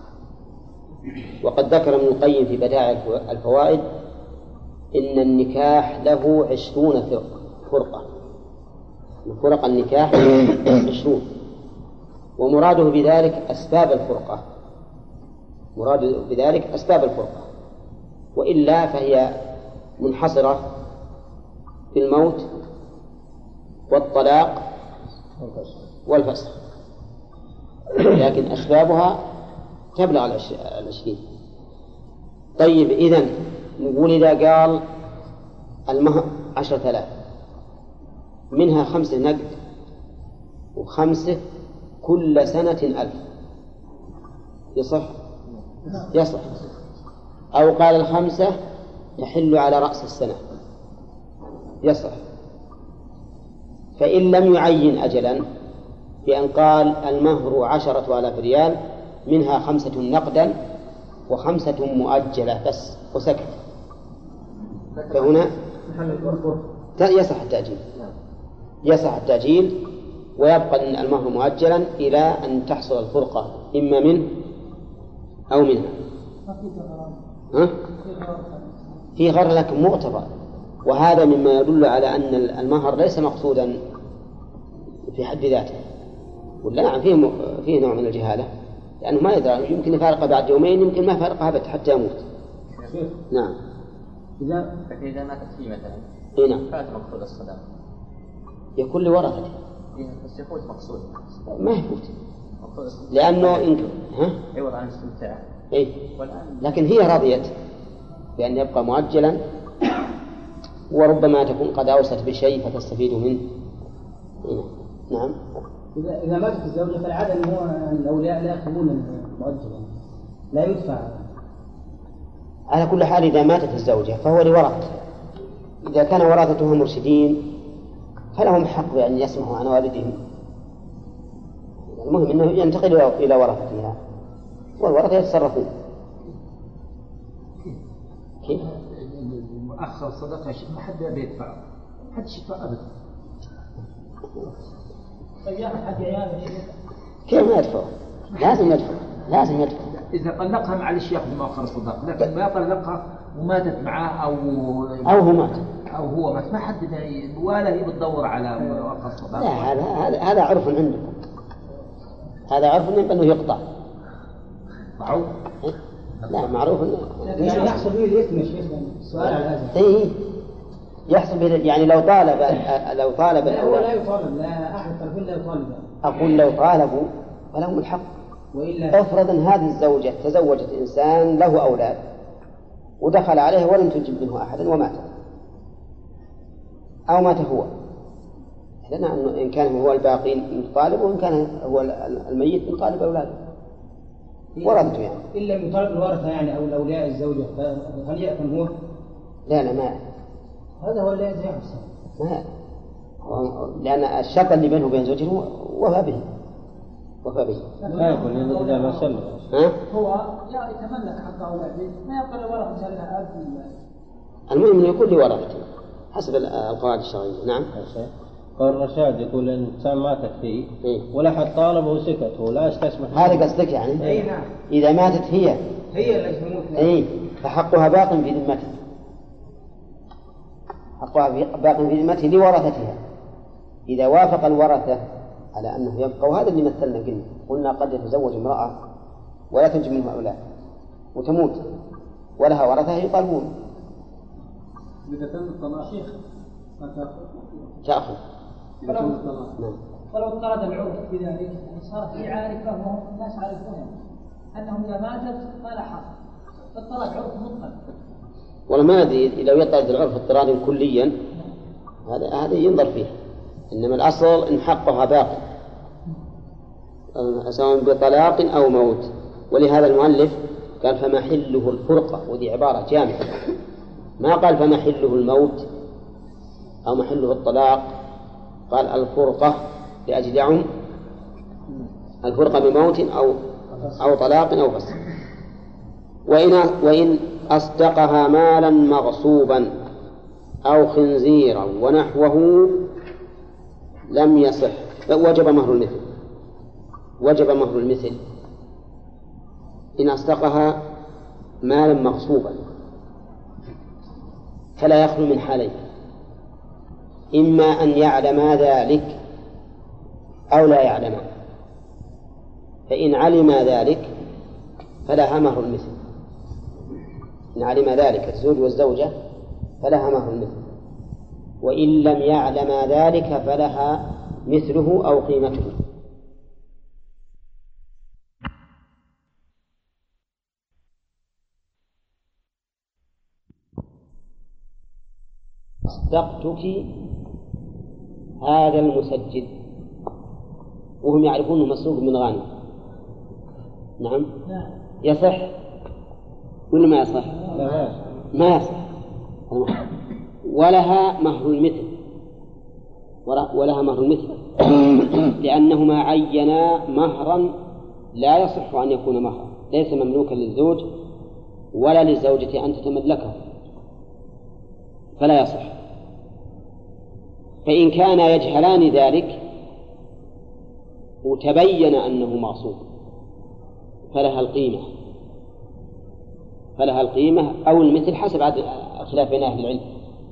وقد ذكر ابن القيم في بدائع الفوائد إن النكاح له 20 فرقة. فرق النكاح 20، ومراده بذلك أسباب الفرقة. مراد بذلك أسباب الفرقة، وإلا فهي منحصرة في الموت والطلاق والفسخ، لكن أسبابها تبلغ 20. طيب إذن نقول إذا قال المهر 10,000 منها 5 نقد و5 كل سنة 1000 يصح؟ يصح. أو قال 5 يحل على رأس السنة يصح. فإن لم يعين أجلا بأن قال المهر 10,000 ريال منها 5 نقدا و5 مؤجلة بس وسكت، فهنا يصح التأجيل. يصح التأجيل ويبقى المهر مؤجلا إلى أن تحصل الفرقة إما منه أو منها. في غير لكن معتبر، وهذا مما يدل على أن المهر ليس مقصودا في حد ذاته. ولا نعم فيه نوع من الجهالة، لأنه ما يدري، يمكن يفارقها بعد يومين، يمكن ما يفارقها أبد حتى يموت. نعم. إذا ماتت فيه مثلا نعم فات مقصود الصداق يكون لورثته، بس يفوت مقصود ما يفوت لأنه عوض عن الاستمتاع. لكن هي رضيت بأن يبقى مؤجلا، وربما تكون قد أوصت بشيء فتستفيد منه. نعم. إذا ماتت الزوجة فالعادة أنه هو الأولياء لا يأخذون المؤجلا، لا يدفع. على كل حال إذا ماتت الزوجة فهو لورثته. إذا كان ورثتها مرشدين فلهم حق بأن يسمحوا عن والدهم. المهم أنه ينتقل إلى ورثتها والورثة يتصرفون. كيف؟ مؤخر صدقة ما حد بيدفع، حد يدفع أبدا. طيب ياخذ حق عياله يا شيخ؟ كيف ما يدفع؟ لازم يدفع. إذا طلقها مع الشيخ بمؤخر الصداق، لكن ما طلقها وماتت معاه أو هو مات ما حدد ولا هي بتدور على مؤخر الصداق. لا، هذا عرف عندكم، هذا عرف أنه يقطع. معروف؟ لا معروف يعني يحصل به الإثم يا شيخ. السؤال على هذا. إيه يحصل به، يعني لو طالب لا هو لا يطالب، لا أحد الطرفين لا يطالب. أقول لو طالبوا فلهم الحق. وإلا افرض أن هذه الزوجة تزوجت إنسان له أولاد ودخل عليه ولم تجب منه أحدا ومات، أو مات هو، لنا أنه إن كان هو الباقي نطالب، وإن كان هو الميت نطالب أولاده ورثته يعني. إلا يطالب الورثة يعني أو الأولياء الزوجة، فهل يأثم هو؟ لا ما هذا هو الذي يحصل. ما لأن الشرط اللي بينه وبين زوجته وفى به. لا يكون إذا ما سلم. هو يتملك حق أولاده، ما يبقى الورثة مثلا أب. المهم أنه يكون لورثته حسب القواعد الشرعية. نعم. قول الرشاد يقول إن إنسان ماتت فيه ولا حد طالبه وسكت ولا استسمح. هذا قصدك يعني؟ نعم. إذا ماتت هي اللي تموت. فحقها باق في ذمته. حقها باق في ذمته لورثتها. إذا وافق الورثة على أنه يبقى، وهذا اللي مثلنا قلنا قد يتزوج امرأة ولا تنجب منه أولاد وتموت ولها ورثة يطالبون. إذا تم الطلاق شيخ تأخذ. فلو اضطرد العرف بذلك، يعني صارت هي عارفة وهم الناس عارفون أنهم إذا ماتت فلا حق، فاضطرد عرف مطلق. ولا ما أدري لو يطرد العرف اضطرادا كليا هذا ينظر فيه، إنما الأصل إن حقها باقي سواء بطلاق أو موت. ولهذا المؤلف قال فمحله الفرقة، ودي عبارة جامعة، ما قال فمحله الموت أو محله الطلاق، قال الفرقة لأجل يعم الفرقة بموت أو طلاق أو فسخ. وإن أصدقها مالا مغصوبا أو خنزيرا ونحوه لم يصح، وجب مهر المثل إن أصدقها مالا مغصوبا، فلا يخلو من حالين: إما أن يعلم ذلك أو لا يعلم، فإن علم ذلك فلها مهر المثل. إن علم ذلك الزوج والزوجة فلها مهر المثل، وإن لم يعلم ذلك فلها مثله أو قيمته. أصدقتك هذا المسجل، وهم يعرفونه مسروق من غانم. نعم. يصح ولا ما يصح؟ ما يصح. ولها مهر المثل لأنهما عينا مهرا لا يصح أن يكون مهرا، ليس مملوكا للزوج ولا للزوجة أن تتملكه، فلا يصح. فإن كان يجهلان ذلك وتبين أنه معصوم فلها القيمة أو المثل حسب خلاف بين أهل العلم.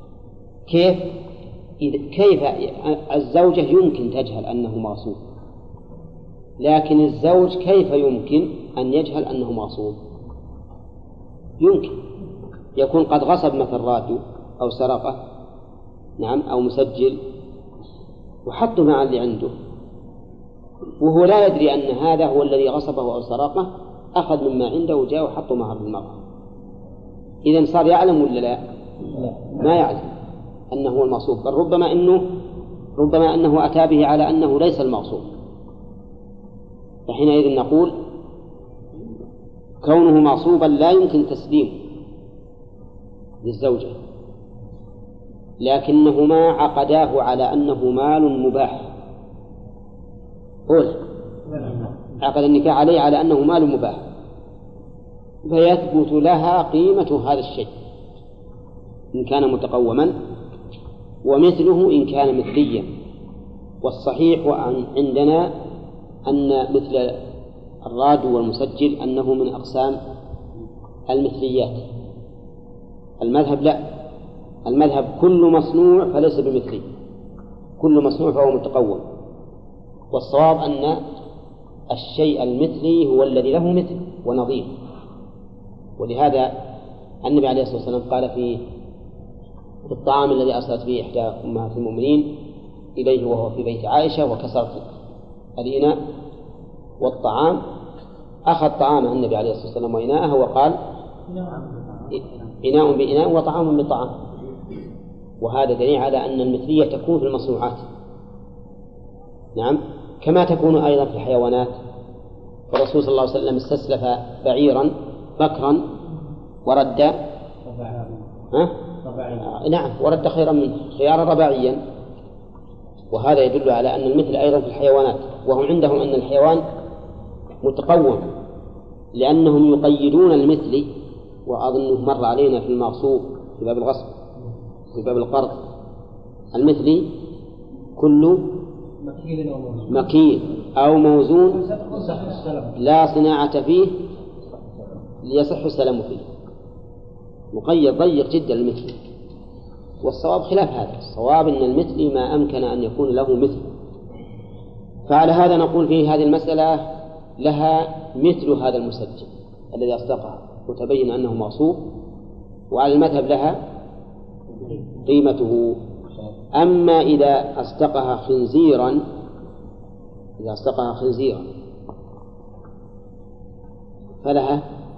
كيف الزوجة يمكن تجهل أنه معصوم، لكن الزوج كيف يمكن أن يجهل أنه معصوم؟ يمكن يكون قد غصب مثل راديو أو سرقة، نعم، أو مسجل وحطه مع اللي عنده وهو لا يدري أن هذا هو الذي غصبه أو سرقه، أخذ مما عنده وجاء وحطه مع المرأة. إذن صار يعلم ولا لا؟ ما يعلم أنه هو المغصوب، بل ربما أنه أتى به على أنه ليس المغصوب. فحينئذ نقول كونه مغصوبا لا يمكن تسليمه للزوجة، لكنهما عقداه على أنه مال مباح. عقد النكاح عليه على أنه مال مباح، فيثبت لها قيمة هذا الشيء إن كان متقوما، ومثله إن كان مثليا، والصحيح عندنا أن مثل الرادو والمسجل أنه من أقسام المثليات. المذهب لا، المذهب كل مصنوع فليس بمثلي، كل مصنوع فهو متقوم. والصواب أن الشيء المثلي هو الذي له مثل ونظير. ولهذا النبي عليه الصلاة والسلام قال في الطعام الذي أرسلت به إحدى أمهات المؤمنين إليه وهو في بيت عائشة وكسرت الإناء والطعام، أخذ طعامه النبي عليه الصلاة والسلام وإناءه وقال إناء بإناء وطعام بطعام. وهذا دليل على أن المثلية تكون في المصنوعات، نعم، كما تكون أيضا في الحيوانات. والرسول صلى الله عليه وسلم استسلف بعيرا بكرا ورد نعم ورد خيرا منه خيارا رباعيا. وهذا يدل على أن المثل أيضا في الحيوانات. وهم عندهم أن الحيوان متقوم لأنهم يقيدون المثل. وأظنه مر علينا في المغصوب في باب الغصب في باب القرض المثل كل مكيل أو موزون لا صناعة فيه ليصح السلام فيه، مقيد ضيق جدا المثل. والصواب خلاف هذا، الصواب أن المثل ما أمكن أن يكون له مثل. فعلى هذا نقول في هذه المسألة لها مثل هذا المسجل الذي أصدقها وتبين أنه موصوف، وعلى المذهب لها قيمته. أما إذا أصدقها خنزيرا فلها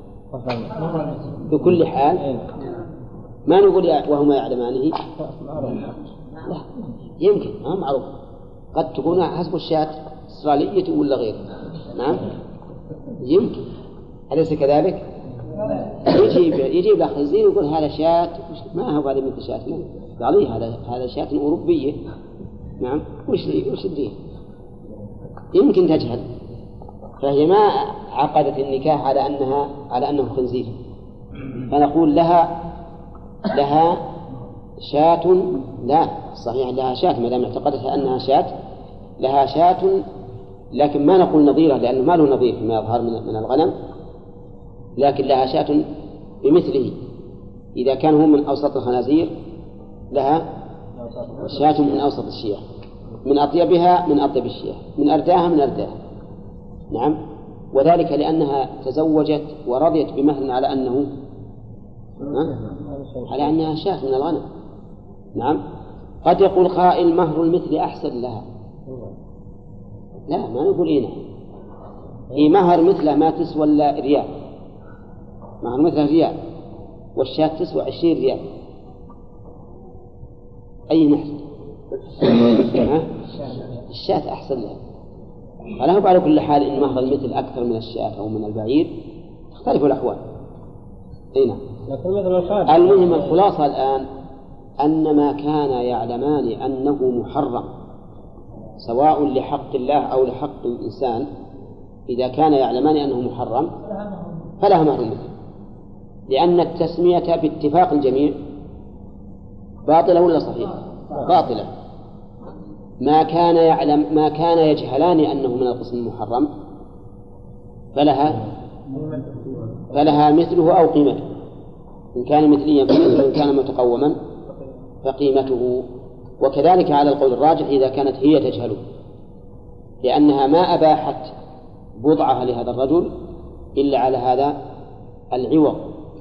بكل حال. ما نقول وهما يعلمانه، لا، يمكن ما معروف، قد تكون حسب الشاة إسرائيلية ولا غير، نعم يمكن، أليس كذلك؟ يجيب له خنزير ويقول هذا شاة، ما هو هذا مثل شاة، قال هذا شاة أوروبية، نعم، وش الدين؟ يمكن تجهل، فهي ما عقدت النكاح على أنه خنزير. فنقول لها شاة، لا صحيح لها شاة ما دام اعتقدتها أنها شاة، لها شاة، لكن ما نقول نظيرة لأنه ما له نظير فيما يظهر من الغنم، لكن لها شاة بمثله. إذا كان هو من أوسط الخنازير لها شاة من أوسط الشياه، من أطيبها من أطيب الشياه، من أرداها من أرداها، نعم. وذلك لأنها تزوجت ورضيت بمهر على أنها شاة من الغنم، نعم. قد يقول قائل مهر المثل أحسن لها، لا ما نقول إيه مهر مثله ما تسوى إلا ريال، مهر مثله ريال والشاة تسوى 20 ريال، أي نحن الشاة أحسن لها. فلا هو على كل حال إن مهر المثل أكثر من الشاة أو من البعير تختلف الأحوال. نعم. المهم الخلاصة الآن أن ما كان يعلمان أنه محرم سواء لحق الله أو لحق الإنسان، إذا كان يعلمان أنه محرم فلها مهر المثل، لأن التسمية باتفاق الجميع باطلة ولا صحيحة؟ باطلة. ما كان يجهلان أنه من القسم المحرم فلها مثله أو قيمته، إن كان مثليا فمثله، إن كان متقوما فقيمته. وكذلك على القول الراجح إذا كانت هي تجهله، لأنها ما أباحت بضعها لهذا الرجل إلا على هذا العوض،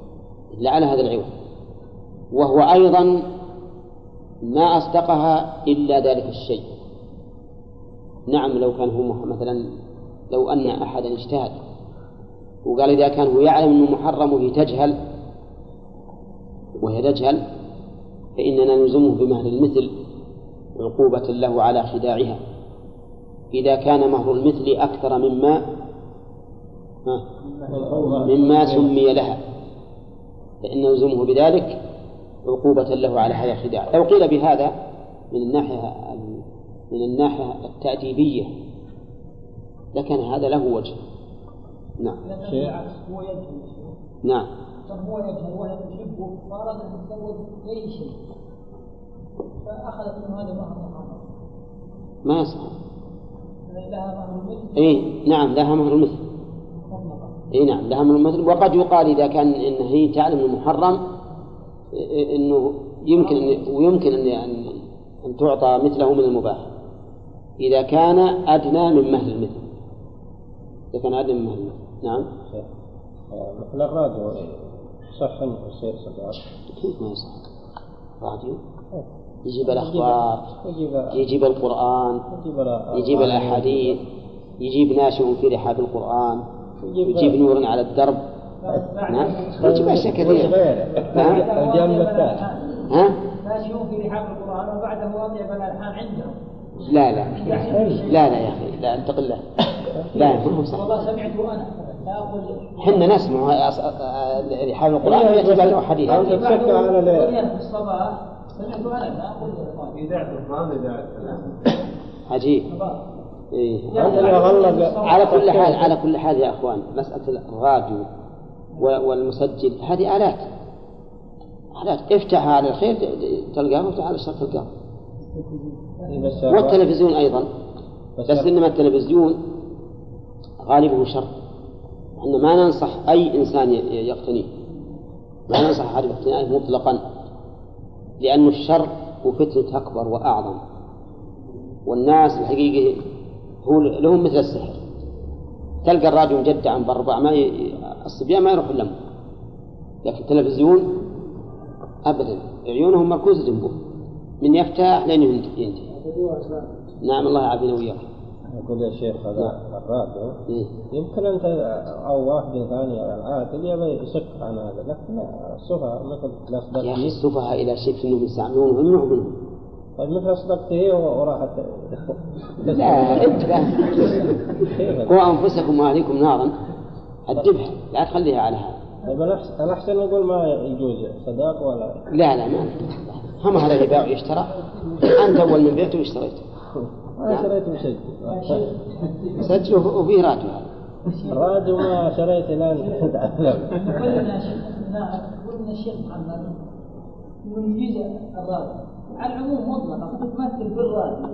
وهو أيضا ما أصدقها إلا ذلك الشيء. نعم، لو كان هو مثلا لو أن أحدا اجتهد وقال إذا كان هو يعلم أنه محرم وهي تجهل فإننا نلزمه بمهر المثل عقوبة له على خداعها. إذا كان مهر المثل أكثر مما سمي لها فإن نلزمه بذلك عقوبة له على هذا الخداع. لو قيل بهذا من الناحية التأديبية لكن هذا له وجه. نعم. هو يجهل. نعم. هو يجهل وهي تحبه فأراد أن تتزوج أي شيء فأخذت من هذا مهر محرم. ما يصح. نعم لها مهر المثل. نعم لها مهر المثل. وقد يقال إذا كان إن هي تعلم المحرم إنه يمكن أن تعطى مثله من المباح إذا كان أدنى من مهر المثل. إذا كان أدنى من مهر المثل. نعم. مثل الراديو صح أنه يصير صداق؟ كيف ما يصح؟ راديو يجيب الأخبار، يجيب القرآن، يجيب الأحاديث، يجيب ناشئ في رحاب القرآن، يجيب نور على الدرب. نعم يجيب أشياء كثيرة. ناشئ في رحاب القرآن وبعده أطيب الألحان عندهم. لا يا أخي لا انتقل له. لا ما هو صح. والله سمعته أنا لا أقول. حنا نسمع رحاب القرآن ويجب له حديث. في الصباح سمعته أنا لا أقول. إذاعة القرآن إذاعة عجيب. على كل حال يا أخوان مسألة الراديو والمسجل هذه آلات افتحها على الخير تلقاه وتعالى الشر تلقاه. والتلفزيون أيضا بس إنما التلفزيون غالبه شر. إحنا ما ننصح أي إنسان يقتنيه، ما ننصح أحد باقتنائه مطلقا، لأن الشر وفتنة أكبر وأعظم. والناس الحقيقة لهم مثل السحر. تلقى الراديو مجدعا بربع الصبيان ما يروحون لهم، لكن التلفزيون أبدا عيونهم مركوزة جنبه من يفتح لين ينتهي. نعم الله يعافينا وياك. يقول يا شيخ هذا الراديو يمكن أنت أو واحد ثاني العاقل يبي يسكت عن هذا، لكن السفهاء مثل الأصدقاء. يا أخي السفهاء إلى شيء إنهم يستعملونه ويمنعوا منهم. طيب مثل أصدقائي وراحت. لا انتبه. قوا أنفسكم وأهليكم نارا أدبها لا تخليها على هذا. طيب الأحسن نقول ما يجوز صداق ولا. لا ما هم هذا اللي باع ويشترى. أنت أول من بعته واشتريته. أنا شريت مسجل وفيه راديو. الراديو ما شريت الآن. قلنا الشيخ محمد من يجيز الراديو على العموم مطلقا تتمثل بالراديو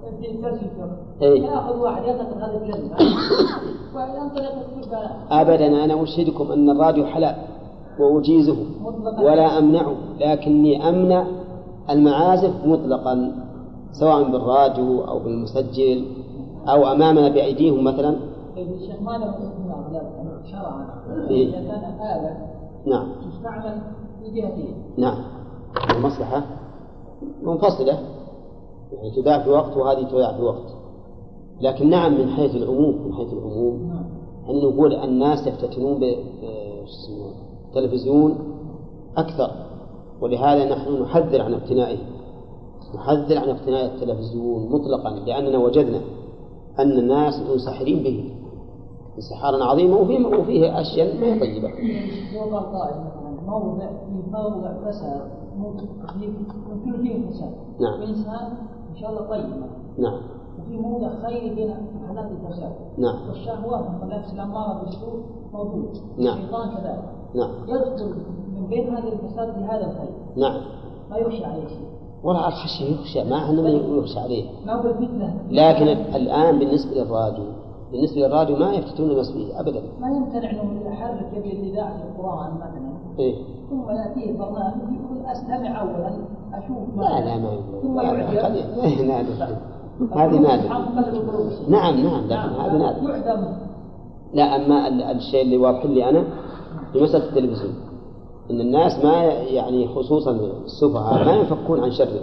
يأخذ واحد ينتقل هذا الكلمة وينطلق أبدا. أنا أشهدكم أن الراديو حلال وأجيزه ولا أمنعه، لكني أمنع المعازف مطلقا سواء بالراديو أو بالمسجل أو أمامنا بأيديهم مثلا. الشيخ ما له شرعا إذا كان آلة نعم تستعمل بجهتين. نعم المصلحة منفصلة يعني تباع في وقت وهذه تباع في وقت. لكن نعم من حيث العموم أن نقول الناس يفتتنون بالتلفزيون أكثر، ولهذا نحن نحذر عن اقتنائه، نحذر عن اقتناء التلفزيون مطلقا، لأننا وجدنا أن الناس منسحرين به انسحارا عظيما وفيه أشياء ما هي طيبة. وقال قائل مثلا موضع فساد ممكن فيه فساد. نعم. وإنسان إن شاء الله طيب. نعم. وفي موضع خير بين حالات الفساد. نعم. والشهوات والنفس الأمارة بالسوء موجود. نعم. الشيطان كذلك. نعم. يدخل من بين هذا الفساد في هذا الخير. نعم. ما يخشى عليه شيء. ولا الخشية يخشى ما عندنا يخشى عليه. ما هو بالفتنة. لكن الآن بالنسبة للراديو ما يفتتون الناس فيه أبدا. ما يمتنع أنه يحرك يبي الإذاعة القرآن مثلا. إيه. ثم يأتيه برنامج يقول أستمع أولا أشوف. لا ما يقول. ثم يعجب. هذه نادر. نعم لكن هذا نادر. لا أما الشيء اللي واضح لي أنا في مسألة التلفزيون إن الناس ما يعني خصوصا السفهاء ما ينفكون عن شر.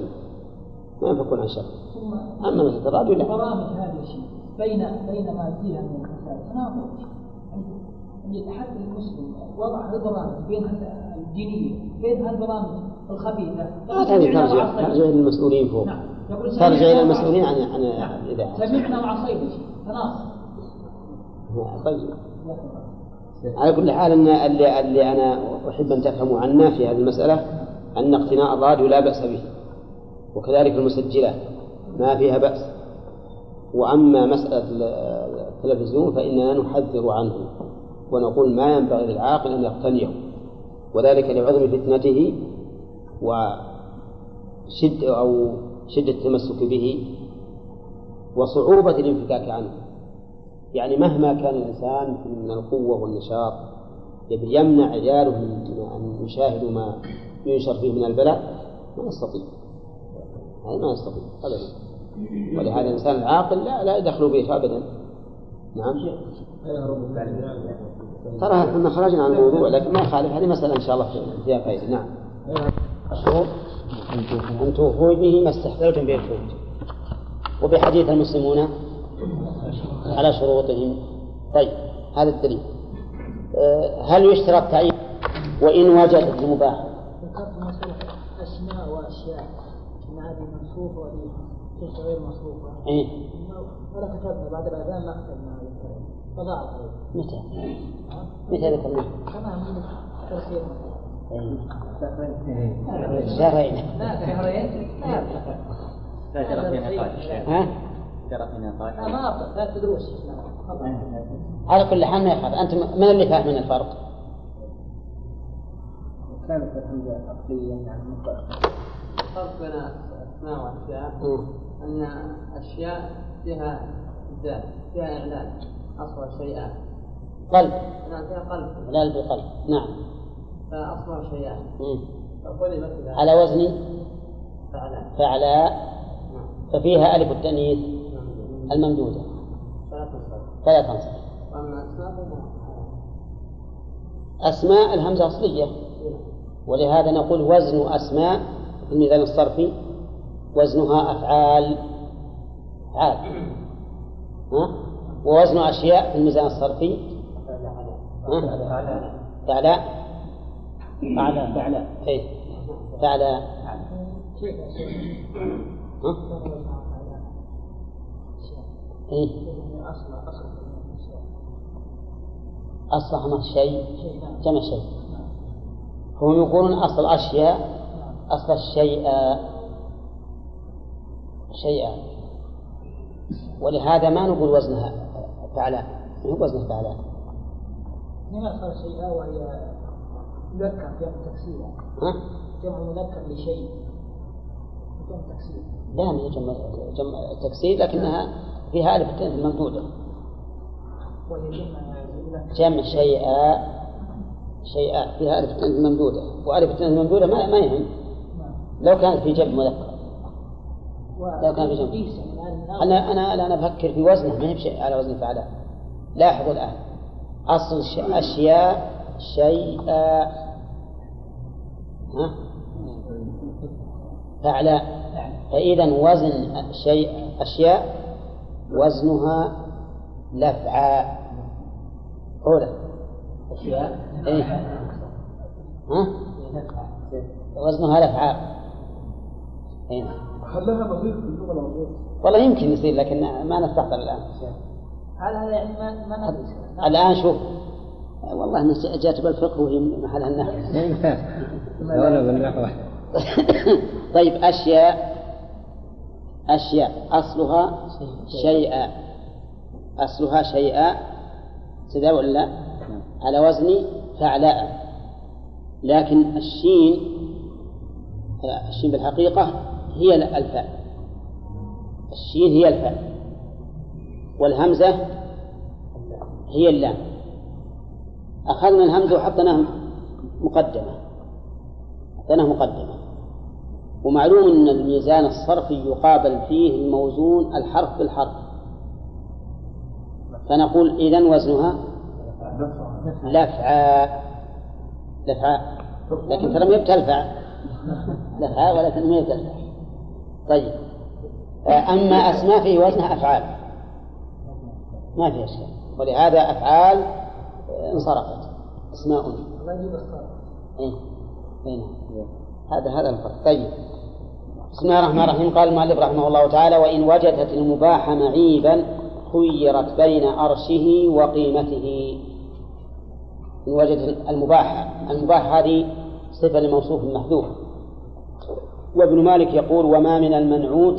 أما مثل الراديو لا. برامج هذا الشيء بين ما فيها من الفساد تناقض. يعني يتحدى المسلم وضع البرامج بين الدينية بين هالبرامج الخبيثة. ترجع للمسؤولين فوق. نعم. ترجع إلى المسؤولين عن الإذاعة. سمعنا وعصينا تناقض. طيب. على كل حال أن اللي أنا أحب أن تفهموا عنا في هذه المسألة أن اقتناء الراديو لا بأس به، وكذلك المسجلات ما فيها بأس. وأما مسألة التلفزيون فإننا نحذر عنه ونقول ما ينبغي للعاقل أن يقتنيه، وذلك لعظم فتنته وشدة التمسك به وصعوبة الانفكاك عنه. يعني مهما كان الإنسان من القوة والنشاط يمنع عياله من أن يشاهدوا ما ينشر فيه من البلاء، ما يستطيع، ما يستطيع أبدا. ولهذا الإنسان العاقل لا يدخل به أبدا. نعم. ترى احنا خرجنا عن الموضوع، لكن ما يخالف، هذه مسألة إن شاء الله فيها فائدة. نعم. الشروط أن توفوا به ما استحللتم به الفروج، وبحديث المسلمون على شروطهم. طيب هذا الدليل. هل يشترط تعيين وإن وجدت المباح؟ ذكرت مسألة أسماء وأشياء أن هذه منصوبة وهذه غير منصوبة. إيه. ولا كتبنا بعد الأذان ما كتبنا هذا فضاعت. متى ذكرنا؟ كما من تفسير. شهرين. لا شهرين. لا ترى في نقاش. ها؟ ترى في نقاش. ما أبطل 3 دروس. على كل حال ما يخاف. أنت من اللي فاهم من الفرق؟ كانت الحمد عقليا يعني الفرق بين أسماء وأشياء أن أشياء فيها إبدال، فيها إعلان، أصل شيئان. قلب. نعم فيها قلب. إعلان بالقلب. نعم. فأصل شيئان. فقولي مثلا على وزن فعلاء. ففيها ألف التأنيث الممدودة فلا تنصرف. وأما أسماء الهمزة أصلية، ولهذا نقول وزن أسماء في الميزان الصرفي وزنها أفعال. ووزن أشياء في الميزان الصرفي فعلاء. إيه فعلاء. إيه أصل شيء جمع شيء. هم يقولون أصل أشياء أصل الشيء شيئا، ولهذا ما نقول وزنها فعلاء، هو وزنها فعلاء. هنا أصل شيئا وهي مذكر جمع تكسير. جمع مذكر لشيء جمع تكسير. لا من جمع تكسير، لكنها فيها ألف ممدودة. وهي جمع شيئا فيها ألف ممدودة، وألف ممدودة ما يهم لو كانت في جمع مذكر. لو كان في جمع أنا الآن أفكر في وزنه، ما هي بشيء على وزن فعلاء. لاحظوا الآن أصل أشياء شيئا فعلاء. فإذا وزن شيء أشياء وزنها لفعاء. أولى أشياء إيه وزنها لفعاء. إيه هل لها نظير في اللغة العربية؟ والله يمكن يصير، لكن ما نستحضر الآن. هل هذا يعني ما ندرس الآن؟ شوف والله أنا جات بالفقه وهي محلها النحو. طيب أشياء أصلها شيئا سدا ولا على وزن فعلاء، لكن الشين بالحقيقة هي الفاء. الشين هي الفاء والهمزة هي اللام. أخذنا الهمزة وحطناها مقدمة. ومعلوم أن الميزان الصرفي يقابل فيه الموزون الحرف بالحرف، فنقول إذن وزنها لفعاء. لكن ترى ما يبتلفع لفعاء، ولكن ما يبتلفع. طيب أما أسماء فيه وزنها أفعال ما فيها شيء، ولهذا أفعال انصرفت أسماء. هذا الفرق. طيب بسم الله الرحمن الرحيم. قال المؤلف رحمه الله تعالى: وإن وجدت المباح معيبا خيرت بين أرشه وقيمته. إن وجدت المباح هذه صفة لموصوف محذوف. وابن مالك يقول: وما من المنعوت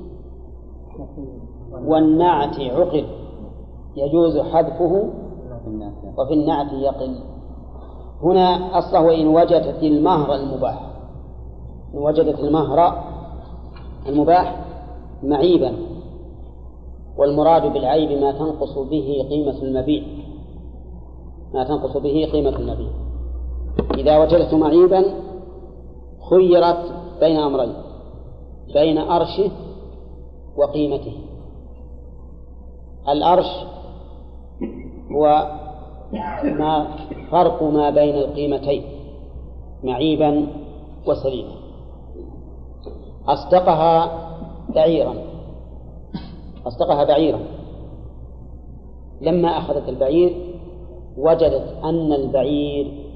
والنعت عقل يجوز حذفه وفي النعت يقل. هنا أصله وإن وجدت المهر المباح. إن وجدت المهر المباح معيبا والمراد بالعيب ما تنقص به قيمة المبيع، ما تنقص به قيمة المبيع. إذا وجدتم عيبا خيرت بين أمرين، بين أرشه وقيمته. الأرش هو ما فرق ما بين القيمتين معيبا وسليما. أصدقها بعيرا، لما أخذت البعير وجدت أن البعير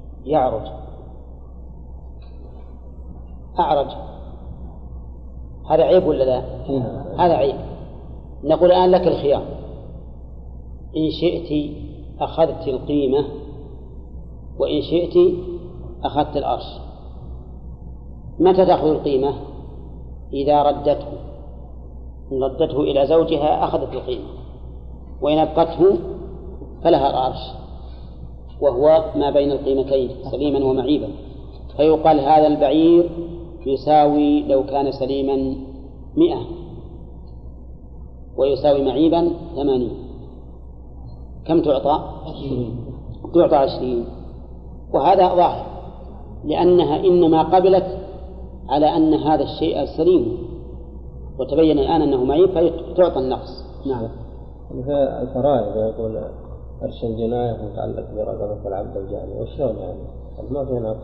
أعرج، هذا عيب ولا لا؟ هذا عيب. نقول الآن لك الخيار، إن شئت أخذت القيمة وإن شئت أخذت الأرش. متى تأخذ القيمة؟ إذا ردته، إن ردته إلى زوجها أخذت القيمة، وإن أبقته فلها الأرش، وهو ما بين القيمتين سليما ومعيبا. فيقال هذا البعير يساوي لو كان سليما 100 ويساوي معيبا 80. كم تعطى؟ تعطى 20. وهذا ظاهر، لأنها إنما قبلت على أن هذا الشيء سليم، وتبين الآن أنه معيب فتعطى النقص. نعم. في الفرائض يقول أرش الجناية متعلق برقبة العبد الجاني، وشلون يعني؟ ما فيه نقص.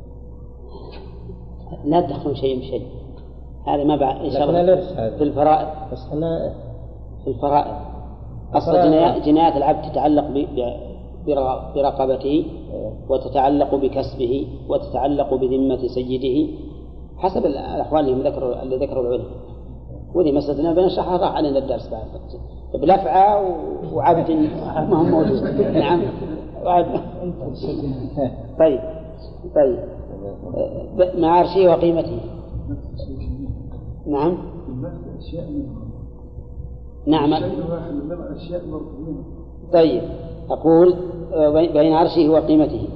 لا تدخلون شيء بشيء، هذا ما بعد إن شاء الله في الفرائض. بس احنا في الفرائض أصل جنايات العبد تتعلق برقبته وتتعلق بكسبه وتتعلق بذمة سيده حسب الأحوال اللي ذكروا العلماء. وذي مسألة بنشرحها راح علينا الدرس بعد بلفعة وعبد ما هم موجود. نعم. طيب مع عرشه وقيمته. نعم. نعم. طيب أقول بين عرشه وقيمته.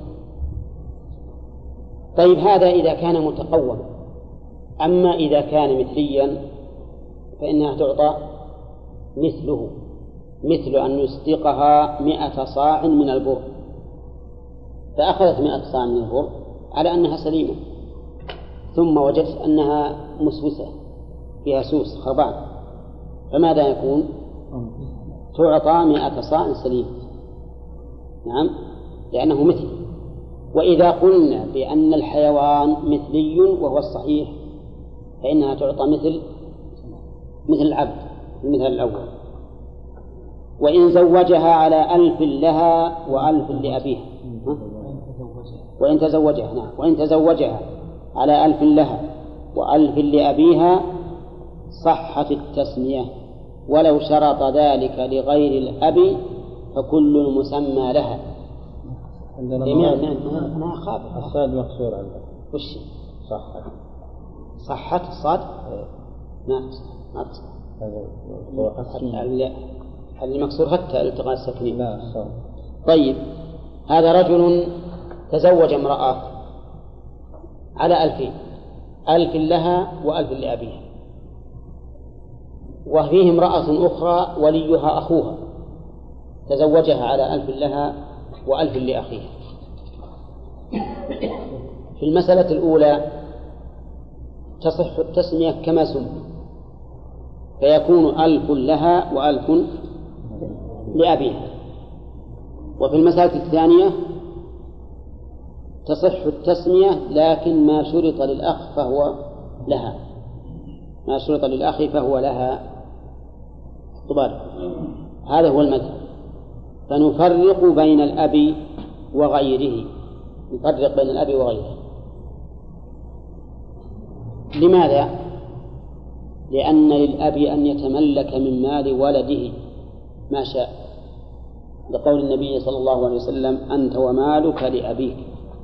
طيب هذا إذا كان متقوم. أما إذا كان مثليا فإنها تعطى مثله، مثل أن يصدقها 100 صاع من البر، فأخذت 100 صاع من البر على أنها سليمة، ثم وجدت أنها مسوسة فيها سوس خربان، فماذا يكون؟ تعطى 100 صاع سليم. نعم، لأنه مثل. وإذا قلنا بأن الحيوان مثلي وهو الصحيح فإنها تعطى مثل العبد، مثل الأول. وإن زوجها على 1000 لها و1000 لأبيها، وإن تزوجها، نعم، وإن تزوجها على 1000 لها و1000 لأبيها صحت التسمية، ولو شرط ذلك لغير الأب فكل المسمى لها. ما خاف الصاد مكسور عندك. وش صحت الصاد؟ نعم. المكسور حتى التقاء السكنين. لا. طيب هذا رجل تزوج امرأة على 2000، 1000 لها و1000 لأبيها، وفيه امرأة أخرى وليها أخوها تزوجها على 1000 لها و1000 لأخيها. في المسألة الأولى تصح التسمية كما سمي، فيكون 1000 لها و1000 لأبيها. وفي المسألة الثانية تصح التسمية لكن ما شرط للأخ فهو لها، ما شرط للأخ فهو لها. طبعا هذا هو المذهب. فنفرق بين الأب وغيره، نفرق بين الأب وغيره. لماذا؟ لأن للأب أن يتملك من مال ولده ما شاء، لقول النبي صلى الله عليه وسلم: أنت ومالك لأبيك.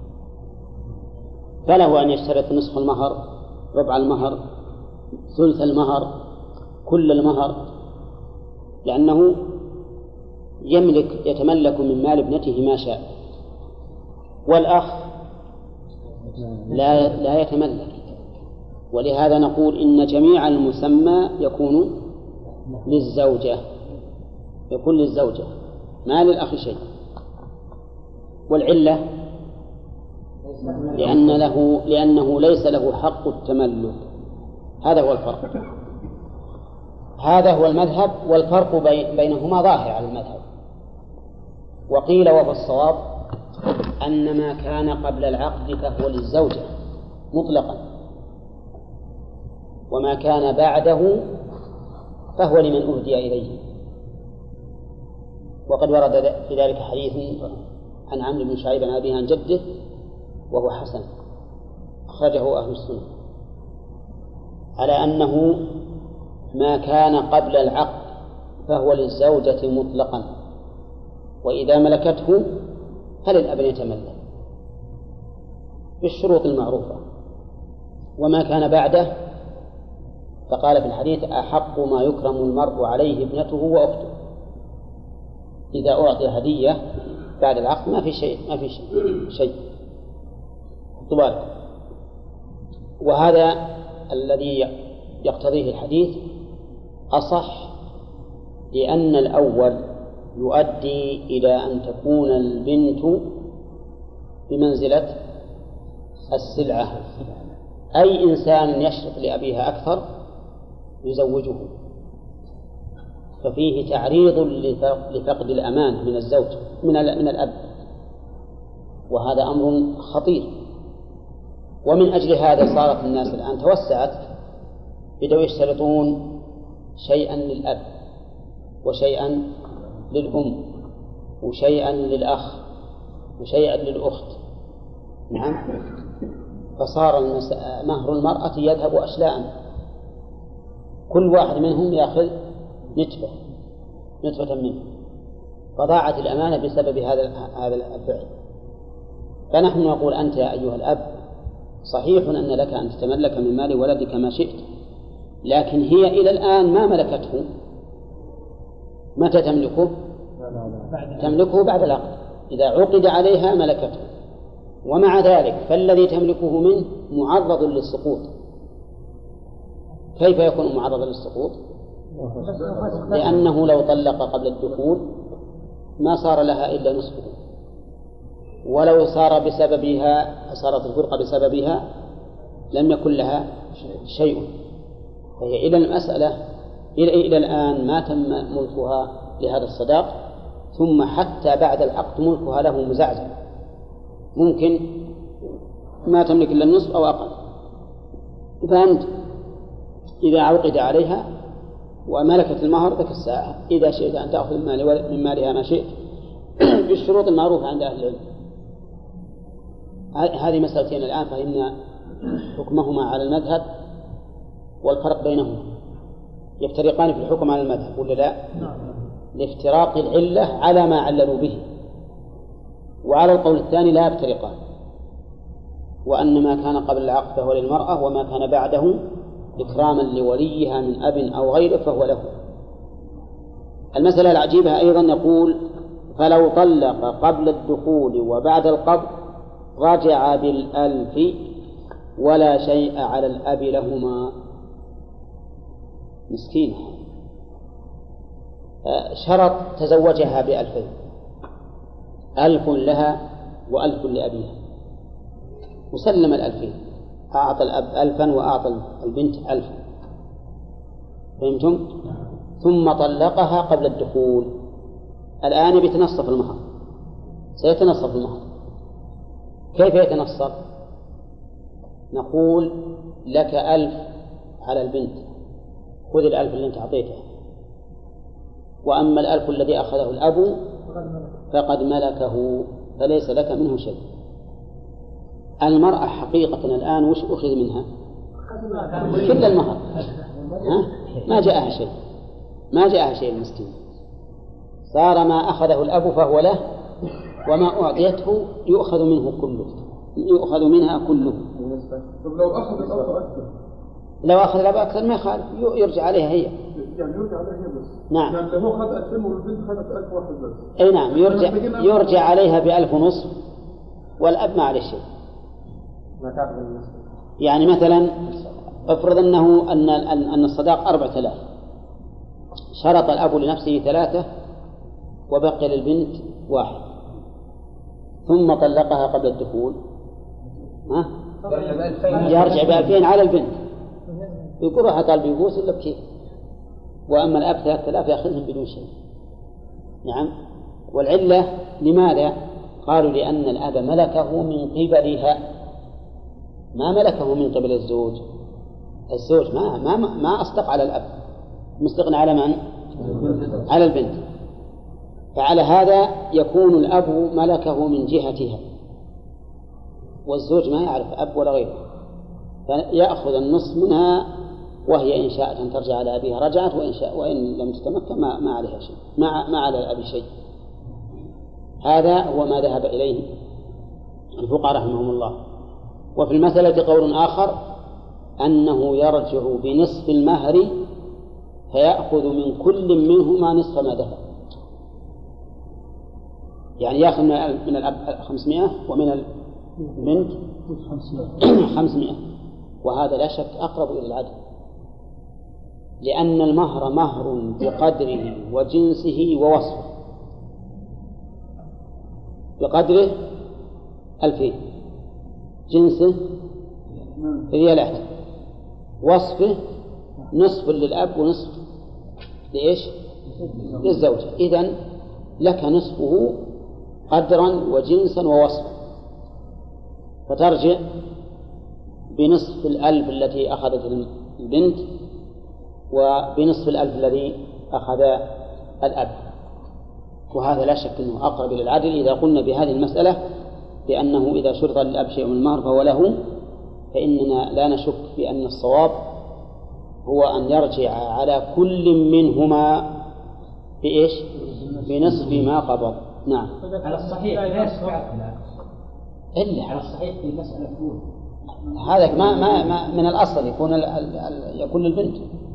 فله أن يشترط نصف المهر، ربع المهر، ثلث المهر، كل المهر، لأنه يتملك من مال ابنته ما شاء. والأخ لا يتملك، ولهذا نقول إن جميع المسمى يكون للزوجة، يكون للزوجة، ما للأخ شيء. والعلة لأنه ليس له حق التملك. هذا هو الفرق، هذا هو المذهب، والفرق بينهما ظاهر على المذهب. وقيل وفي الصواب أن ما كان قبل العقد فهو للزوجة مطلقا، وما كان بعده فهو لمن أهدي إليه. وقد ورد في ذلك حديث عن عمرو بن شعيب عن أبيه عن جده وهو حسن، أخرجه أهل السنة، على أنه ما كان قبل العقد فهو للزوجة مطلقا، وإذا ملكته فللأب يتملك بالشروط المعروفة. وما كان بعده فقال في الحديث: أحق ما يكرم المرء عليه ابنته وأخته. إذا أعطي هدية بعد العقد ما في شيء طبعا. وهذا الذي يقتضيه الحديث أصح، لأن الأول يؤدي إلى أن تكون البنت بمنزلة السلعة، أي إنسان يشرف لأبيها أكثر يزوجه، ففيه تعريض لفقد الأمان من الزوج من الأب، وهذا أمر خطير. ومن أجل هذا صارت الناس الآن توسعت، بدأوا يشترطون شيئا للأب وشيئا للأم وشيئا للأخ وشيئا للأخت. نعم، فصار مهر المرأة يذهب أشلاء، كل واحد منهم يأخذ نتفة منه، فضاعت الأمانة بسبب هذا الفعل. فنحن نقول: أنت يا أيها الأب صحيح أن لك أن تتملك من مال ولدك ما شئت، لكن هي إلى الآن ما ملكته. متى تملكه؟ تملكه بعد العقد، إذا عقد عليها ملكته. ومع ذلك فالذي تملكه منه معرض للسقوط. كيف يكون معرضا للسقوط؟ لأنه لو طلق قبل الدخول ما صار لها إلا نصفه، ولو صارت الفرقة بسببها لم يكن لها شيء. فهي إلى المسألة إلى الآن ما تم ملكها لهذا الصداق، ثم حتى بعد العقد ملكها له مزعزع، ممكن ما تملك إلا النصف أو أقل. فأنت إذا عقد عليها وملكت المهر ذاك الساعة إذا شئت أن تأخذ من مالها ما شئت بالشروط المعروفة عند أهل العلم. هذه مسألتين الآن فإن حكمهما على المذهب، والفرق بينهما يفترقان في الحكم على المذهب ولا لا؟ لافتراق العلة على ما عللوا به، وعلى القول الثاني لا يفترقان، وأن ما كان قبل العقد فهو للمرأة، وما كان بعده إكراما لوليها من أب أو غيره فهو له. المسألة العجيبة أيضا يقول: فلو طلق قبل الدخول وبعد القبض رجع بالألف ولا شيء على الأب لهما. مسكين، شرط تزوجها ب2000، 1000 لها و1000 لأبيها، وسلم 2000، أعطى الأب 1000 وأعطى البنت 1000. فهمتم؟ ثم طلقها قبل الدخول. الآن يتنصف المهر، سيتنصف المهر. كيف يتنصف؟ نقول: لك 1000 على البنت، خذ 1000 اللي أنت أعطيتها، وأما 1000 الذي أخذه الأب فقد ملكه فليس لك منه شيء. المرأة حقيقة الآن وش أخذ منها؟ كل المهر، ما جاءها شيء المسكين. صار ما أخذه الأب فهو له، وما أعطيته يؤخذ منها كله. طب لو أخذ الأب أكثر؟ لو أخذ الأب أكثر ما يخالف، يرجع عليها هي. يعني يرجع عليها هي بس. نعم. يعني لو هو خذ 2000 والبنت خذت 1000 واحد بس. أي نعم، يرجع عليها ب1000 ونصف، والأب ما عليه شيء. ما تأخذ النصف. يعني مثلا افرض أن الصداق 4000، شرط الأب لنفسه 3 وبقي للبنت 1 ثم طلقها قبل الدخول، يرجع ب2000 على البنت، يقول روح طالب يبوس إلا بكيف. وأما الأب 3000 يأخذهم بدون شيء. نعم. والعلة لماذا؟ قالوا لأن الأب ملكه من قبلها، ما ملكه من قبل الزوج. الزوج ما أصدق على الأب، مصدقنا على من؟ على البنت. فعلى هذا يكون الأب ملكه من جهتها، والزوج ما يعرف أب ولا غيره، فيأخذ النصف منها، وهي إن شاءت أن ترجع على أبيها رجعت، وإن لم تتمكن ما عليها شيء، ما على الأب شيء. هذا هو ما ذهب إليه الفقهاء رحمهم الله. وفي المسألة قول آخر أنه يرجع بنصف المهر فيأخذ من كل منهما نصف ما دفع، يعني يأخذ من الأب 500 ومن البنت 500، وهذا لا شك أقرب إلى العدل، لأن المهر مهر بقدره وجنسه ووصفه. بقدره 2000، جنسه ريالات، وصفه نصف للأب ونصف لإيش؟ للزوجة. إذن لك نصفه قدرا وجنسا ووصفا، فترجع بنصف 1000 التي أخذت البنت وبنصف 1000 الذي أخذ الأب، وهذا لا شك أنه أقرب إلى العدل إذا قلنا بهذه المسألة بأنه إذا شرط للأب شيء من المهر فهو له، فإننا لا نشك بأن الصواب هو أن يرجع على كل منهما بإيش؟ بنصف ما قبض. نعم. على الصحيح لا يسمع إلا على الصحيح في المسألة الأولى، هذا ما من الأصل يكون للبنت،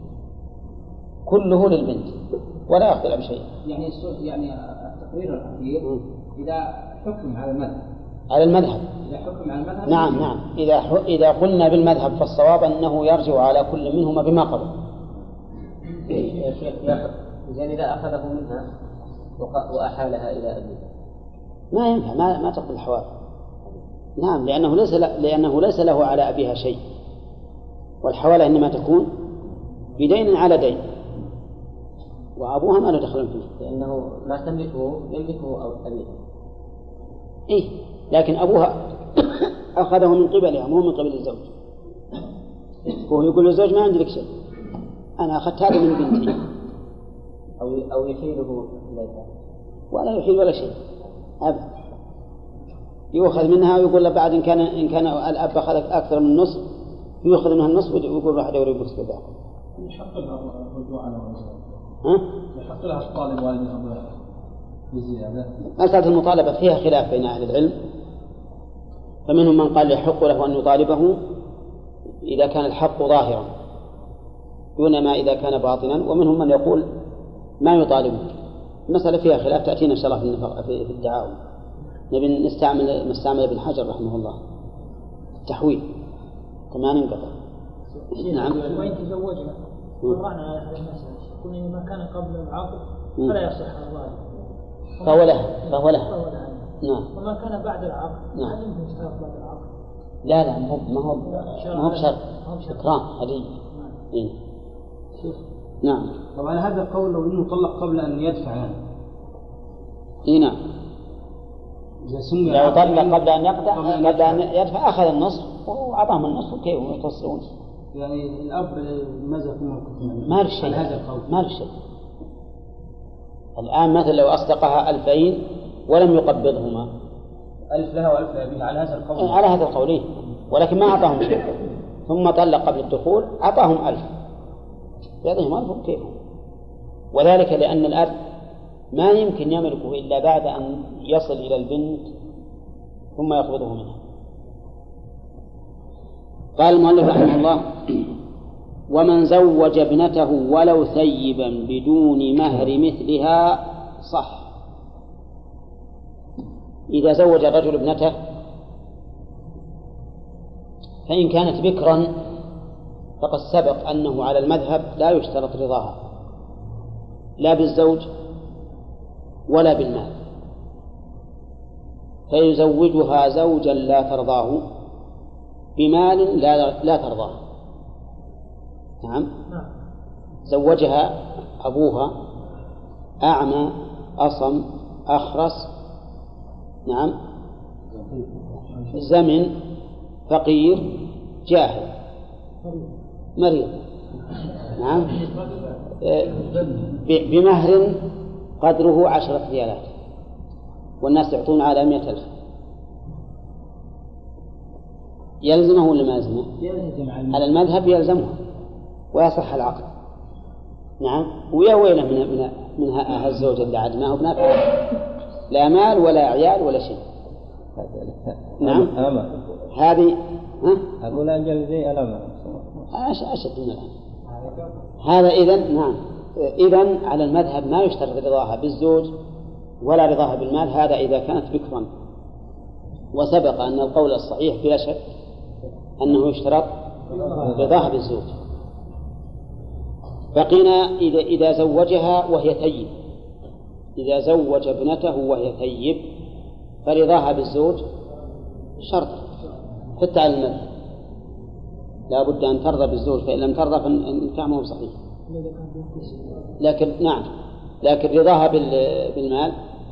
كله للبنت ولا يأخذ الأب شيء. يعني التقرير الأخير إذا حكم على المذهب، على المذهب، إذا حكم على المذهب، نعم إذا قلنا بالمذهب فالصواب أنه يرجع على كل منهما بما قبل. يا شيخ إذن إذا أخذه منها وأحالها إلى أبيها ما ينفع، ما تقبل الحوال. نعم، لأنه ليس له على أبيها شيء، والحوالة إنما تكون بدين على دين، وأبوها ما له دخل فيه، لأنه ما تملكه يملكه أبيها. إيه، لكن أبوها أخذه من قبلها مو من قبل الزوج، وهو يقول للزوج ما عندي لك شيء، أنا أخذت هذا من بنتي، أو يحيله إليها، ولا يحيل ولا شيء أبدا، يؤخذ منها ويقول له بعد إن كان الأب أخذ أكثر من النصف يؤخذ منها النصف ويقول راح دوري بوكس كذا. يحق لها الرجوع على يحق لها الطالب والدها بزيادة. مسألة المطالبة فيها خلاف بين أهل العلم، فمنهم من قال يحق له أن يطالبه إذا كان الحق ظاهرا دون ما إذا كان باطنا، ومنهم من يقول ما يطالبه. المسألة فيها خلاف تأتينا إن شاء الله في الدعاوى. نبي نستعمل ابن حجر رحمه الله التحويل كما ننقطع. نعم. وإن تزوجها قرأنا على هذه المسألة يقول إن ما كان قبل العقد فلا يصح الظاهر فهو لها. نعم. وما كان بعد العقد نعم. هل يمكن يشترط بعد العقد؟ لا ما هو بشرط، إكرام هدية. نعم. طبعا هذا القول لو إنه طلق قبل أن يدفع يعني. نعم. لو طلق قبل أن يدفع أخذ النصف وأعطاهم النصف وكيف يتصلون. يعني الأب ماذا يكون ما له شيء، ما له شيء. الآن مثلا لو أصدقها 2000 ولم يقبضهما 1000 لها و1000 لأبيها على هذا القول، على هذا القول، ولكن ما أعطاهم شيء، ثم طلق قبل الدخول أعطاهم 1000 يعطيهم 1000 وكيف. وذلك لأن الأب ما يمكن يملكه إلا بعد أن يصل إلى البنت ثم يقبضه منها. قال المؤلف رحمه الله: ومن زوج ابنته ولو ثيبا بدون مهر مثلها صح. إذا زوج الرجل ابنته فإن كانت بكرا فقد سبق أنه على المذهب لا يشترط رضاها، لا بالزوج ولا بالمال، فيزوجها زوجا لا ترضاه بمال لا ترضاه. نعم، زوجها أبوها أعمى أصم أخرس، نعم، زمن فقير جاهل مريض، نعم، بمهر قدره 10 ريالات، والناس يعطون على 100,000. يلزمه ولا ما يلزمه؟ على المذهب يلزمها ويصح العقد. نعم، ويا ويله من هالزوج اللي عاد ما هو بنافع، لا مال ولا عيال ولا شيء. نعم، هذه أقول أجل زي ألم أشد من الآن هذا. إذن نعم، إذن على المذهب ما يشترط رضاها بالزوج ولا رضاها بالمال، هذا إذا كانت بكرا. وسبق أن القول الصحيح بلا شك أنه يشترط رضاها بالزوج. بقينا إذا زوجها وهي ثيب، إذا زوج ابنته وهي ثيب فرضاها بالزوج شرط حتى على المذهب، لا بد أن ترضى بالزوج، فإن لم ترضى فالنكاح ما هو صحيح. لكن نعم، لكن رضاها بالمال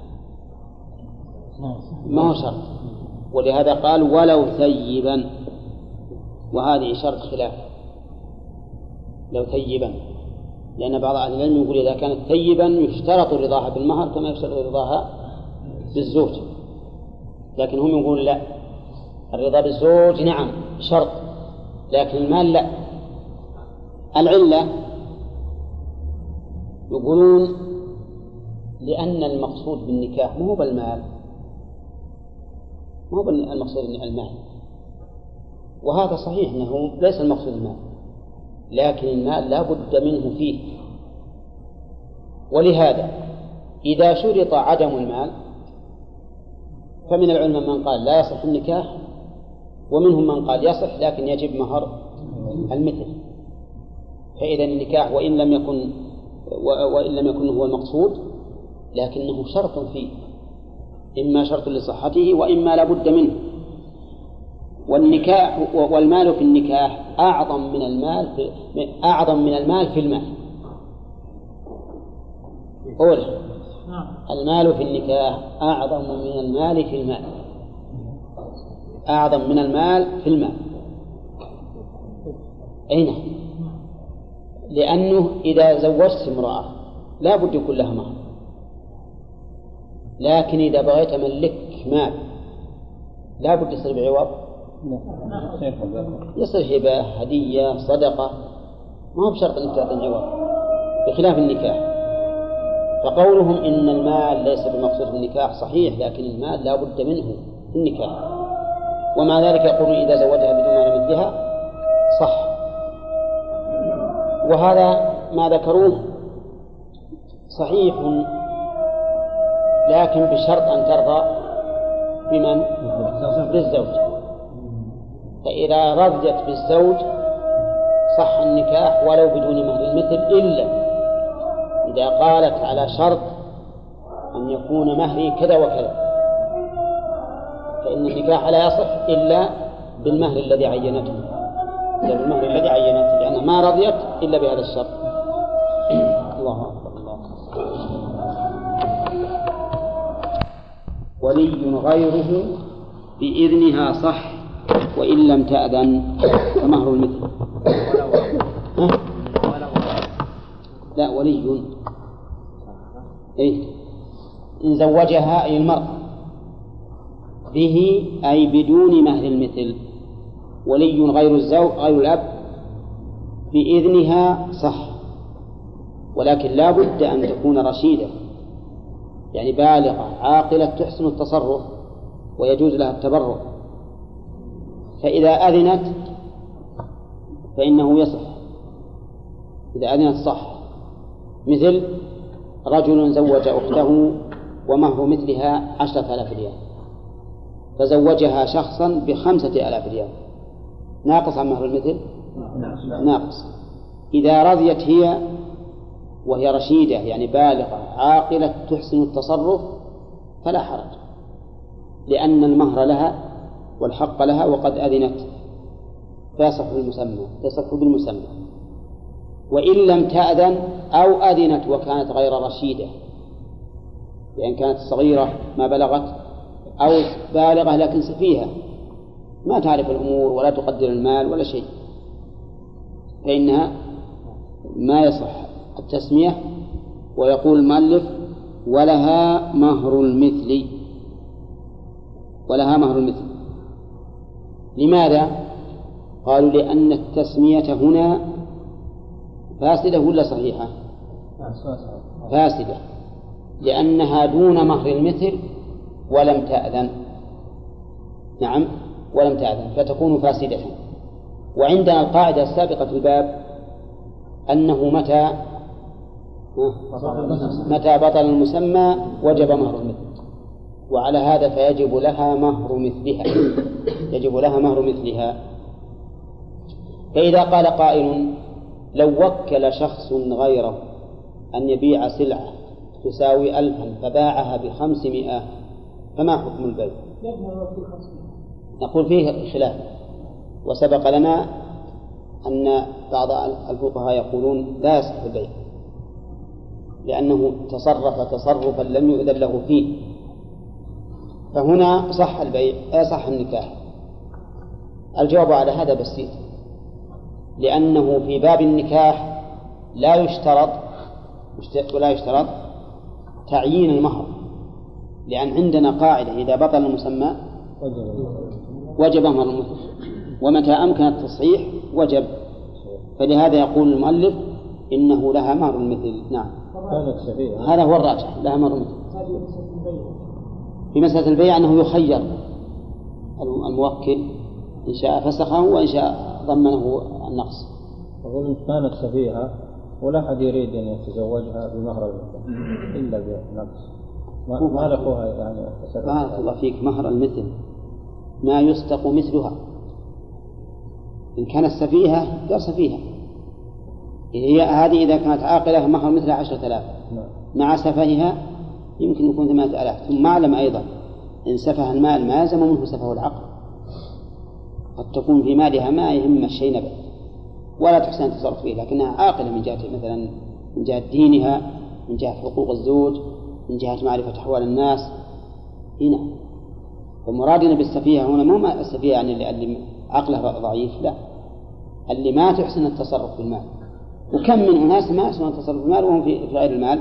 ما هو شرط، ولهذا قال ولو ثيبا، وهذه شرط خلاف لو ثيبا، لأن بعض أهل العلم يقول إذا كانت ثيبا يشترط رضاها بالمهر كما يشترط رضاها بالزوج، لكن هم يقول لا، الرضا بالزوج نعم شرط لكن المال لا. العلة يقولون لأن المقصود بالنكاح مو بالمال، مو المقصود المال، وهذا صحيح أنه ليس المقصود المال، لكن المال لا بد منه فيه. ولهذا إذا شرط عدم المال فمن العلماء من قال لا يصح النكاح، ومنهم من قال يصح لكن يجب مهر المثل. فإذا النكاح وإن لم يكن هو المقصود لكنه شرط فيه، إما شرط لصحته وإما لا بد منه. والنكاح والمال في النكاح أعظم من المال في المال. أولا المال في النكاح أعظم من المال في المال، أعظم من المال في المال. أين؟ لأنه إذا زوجت امرأة لا بد يكون لها مهر، لكن إذا بغيت ملك مال لا بد يصير بعوض، يصير هبة هدية صدقة، ما هو بشرط أن تعطي عوض، بخلاف النكاح. فقولهم إن المال ليس بمقصود النكاح صحيح، لكن المال لا بد منه في النكاح، ومع ذلك يقولون إذا زوجها بدون مال مثلها صح. وهذا ما ذكروه صحيح، لكن بشرط أن ترضى بمن؟ بالزوج. فإذا رضيت بالزوج صح النكاح ولو بدون مهر المثل، إلا إذا قالت على شرط أن يكون مهري كذا وكذا، فإن النكاح لا يصح إلا بالمهر الذي عينته، لأنها ما رضيت إلا بهذا الشرط. الله أكبر. الله ولي غيره بإذنها صح، وإن لم تأذن فمهر المثل. لا، ولي إن زوجها أي المرأة به أي بدون مهر المثل. ولي غير الزوج غير الأب بإذنها صح، ولكن لا بد أن تكون رشيدة، يعني بالغة عاقلة تحسن التصرف ويجوز لها التبرع. فإذا أذنت فإنه يصح، إذا أذنت صح. مثل رجل زوج أخته ومهر مثلها 10,000 ريال، فزوجها شخصا ب5,000 ريال، ناقص عن مهر المثل؟ ناقص. إذا رضيت هي وهي رشيدة يعني بالغة عاقلة تحسن التصرف فلا حرج، لأن المهر لها والحق لها وقد أذنت فيصح بالمسمى. وإن لم تأذن أو أذنت وكانت غير رشيدة، يعني كانت صغيرة ما بلغت أو بالغة لكن سفيهة ما تعرف الأمور ولا تقدر المال ولا شيء، فإنها ما يصح التسمية. ويقول المؤلف ولها مهر المثل. ولها مهر المثل لماذا؟ قالوا لأن التسمية هنا فاسدة ولا صحيحة؟ فاسدة، لأنها دون مهر المثل ولم تأذن. نعم ولم تأذن فتكون فاسدة. وعندنا القاعدة السابقة في الباب أنه متى بطل المسمى وجب مهر المثل، وعلى هذا فيجب لها مهر مثلها. يجب لها مهر مثلها. فإذا قال قائل لو وكل شخص غيره أن يبيع سلعة تساوي 1000 فباعها ب500 فما حكم البيع؟ نقول فيه خلاف، وسبق لنا أن بعض الفقهاء يقولون لا يصح البيع لأنه تصرف تصرفا لم يؤذن له فيه، فهنا صح البيع صح النكاح. الجواب على هذا بسيط، لأنه في باب النكاح لا يشترط تعيين المهر، لأن عندنا قاعدة إذا بطل المسمى وجب مهر المثل، ومتى أمكن التصحيح وجب. فلهذا يقول المؤلف إنه لها مهر المثل. نعم هذا هو الراجح، لها مهر المثل. في مسألة البيع أنه يخير الموكل إن شاء فسخه وإن شاء ضمنه النقص. أقول إن كانت سفيهة ولا أحد يريد أن يتزوجها بمهر المثل إلا بنقص ما لقوها يعني. بارك الله فيك. مهر المثل ما يصدق مثلها. إن كانت سفيهة قال سفيهة، هي هذه إذا كانت عاقلة مهر مثلها 10,000 مع سفهها يمكن يكون 8,000. ثم أعلم أيضا إن سفه المال ما يلزم منه سفه العقل، قد تكون في مالها ما يهم الشيء نبت ولا تحسن التصرف فيه، لكنها عاقلة من جهة مثلا من جهة دينها، من جهة حقوق الزوج، من جهة معرفة أحوال الناس. هنا ومرادنا بالسفيهة هنا مو السفيهة يعني اللي عقله ضعيف، لا، اللي ما تحسن التصرف في المال. وكم من أناس ما يحسن التصرف في المال وهم في غير المال.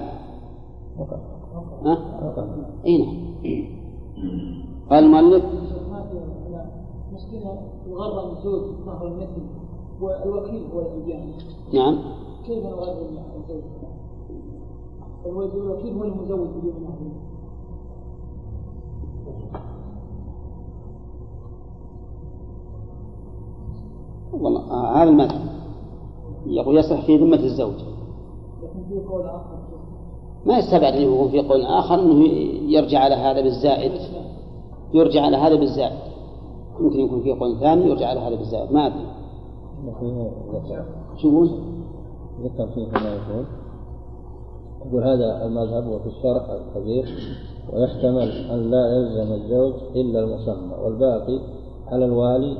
هنا قال المؤلف مشكلة يغرم الزوج مهر المثل والوكيل هو الزوجان. نعم كيف يغرم الزوج؟ الوكيل هو المزوج بدون مهر. والله هذا المذهب يقول يصح في ذمة الزوج، لكن في قول آخر ما يستبعد أن يكون في قول آخر أنه يرجع على هذا بالزائد، يرجع على هذا بالزائد. ممكن يكون في قول ثاني يرجع على هذا بالزائد، ما أدري. شو يقول؟ ذكر فيه ما يقول هذا المذهب وفي الشرح الكبير، ويحتمل أن لا يلزم الزوج إلا المسمى والباقي على الوالي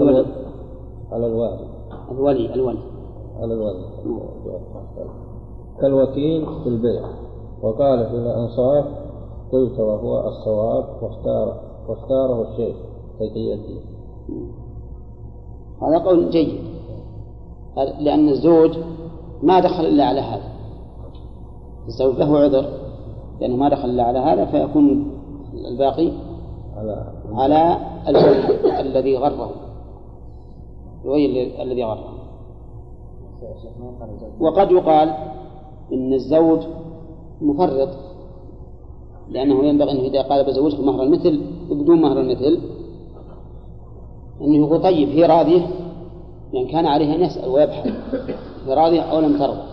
كالوكيل في البيع. وقال في الأنصاف قلت وهو الصواب واختاره الشيخ تقي الدين. هذا قول جيد، لأن الزوج ما دخل إلا على هذا، الزوج له عذر لأنه ما دخل إلا على هذا، فيكون الباقي على الولي الذي غره، الولي الذي غره. وقد يقال إن الزوج مفرط، لأنه ينبغي أنه إذا قال بزوجك مهر المثل بدون مهر المثل أنه يقول طيب هي راضية، يعني كان عليه أن يسأل ويبحث هي راضية أو لم ترضى.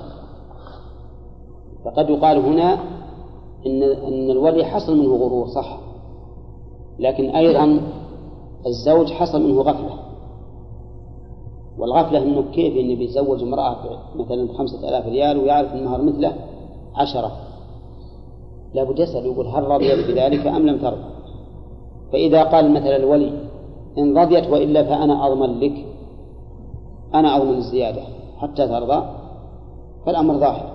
فقد يقال هنا إن الولي حصل منه غرور صح، لكن أيضا الزوج حصل منه غفلة، والغفلة إنه كيف إنه بيتزوج امرأة مثلا ب5,000 ريال ويعرف المهر مثله 10، لا بد يسأل يقول هل رضيت بذلك أم لم ترضى؟ فإذا قال مثلا الولي إن رضيت وإلا فأنا أضمن لك، أنا أضمن الزيادة حتى ترضى، فالأمر ظاهر.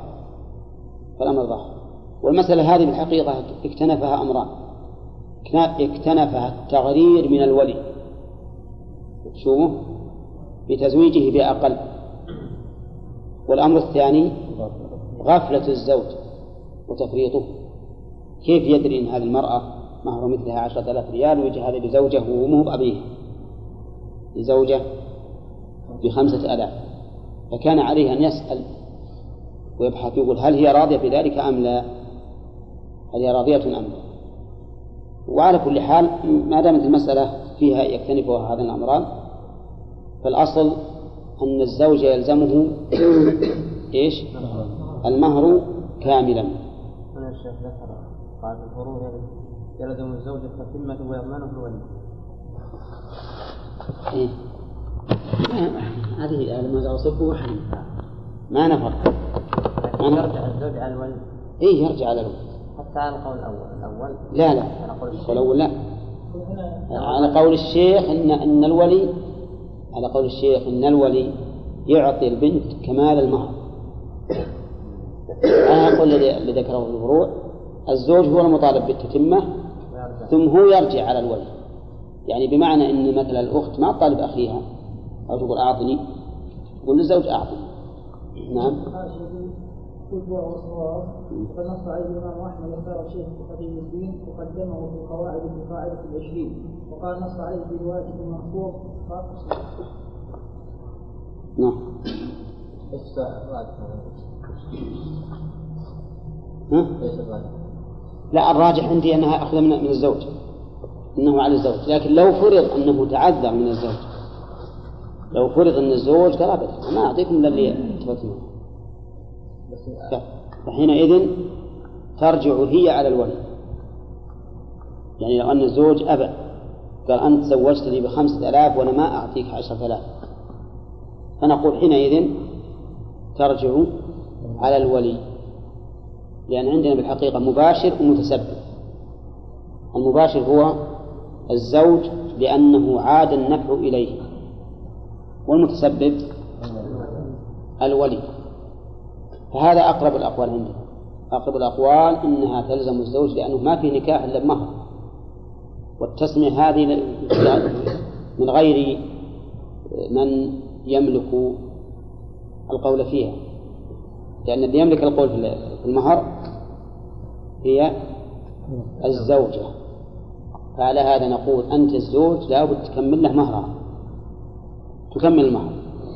والمسألة هذه بالحقيقة اكتنفها أمران. اكتنفها التغرير من الولي شوفوا بتزويجه بأقل، والأمر الثاني غفلة الزوج وتفريطه. كيف يدري أن هذه المرأة مهر مثلها 10,000 ريال ويجي هذا بزوجه ومو بأبيه، لزوجه ب5,000؟ فكان عليه أن يسأل ويبحث يقول هل هي راضية بذلك أم لا، هل هي راضية أم لا. وعلى كل حال ما دامت المسألة فيها يكتنفها هذا الأمران، فالأصل أن الزوج يلزمه إيش؟ المهر كاملا. هنا الشيخ ذكر قال الفروض يلزم الزوج التتمة ويضمنه الولي. إيه؟ هذه المزع صب وحرم ما نفر. يرجع الزوج على الولي. إيه يرجع على الولي حتى على القول الأول. لا القول الأول لا. على قول الشيخ إن الولي، على قول الشيخ إن الولي يعطي البنت كمال المهر. أنا أقول الذي ذكره في الفروع الزوج هو المطالب بالتتمة ثم هو يرجع على الولي، يعني بمعنى إن مثلا الأخت ما تطالب أخيها أو تقول أعطني، تقول للزوج أعطني. نعم. وقد نص عليه الإمام أحمد واختار الشيخ تقي الدين وقدمه في قواعد القاعدة 20، وقال نص عليه في رواية ابن منصور. نعم. لا الراجح عندي أنها أخذ من الزوج، أنه على الزوج، لكن لو فرض أنه تعذر من الزوج، لو فرض أن الزوج قال أبدا ما أعطيكم إلا اللي اتفقتم، فحينئذ ترجع هي على الولي. يعني لو أن الزوج أبى قال أنت زوجتني ب5,000 وأنا ما أعطيك 10,000، فنقول حينئذ ترجع على الولي، لأن عندنا بالحقيقة مباشر ومتسبب. المباشر هو الزوج لأنه عاد النفع إليه، والمتسبب الولي. فهذا أقرب الأقوال عندنا. أقرب الأقوال إنها تلزم الزوج لأنه ما في نكاح إلا بمهر، والتسمية هذه من غير من يملك القول فيها، لأن اللي يملك القول في المهر هي الزوجة. فعلى هذا نقول أنت الزوج لا بد تكمل له مهرها، تكمل المهر.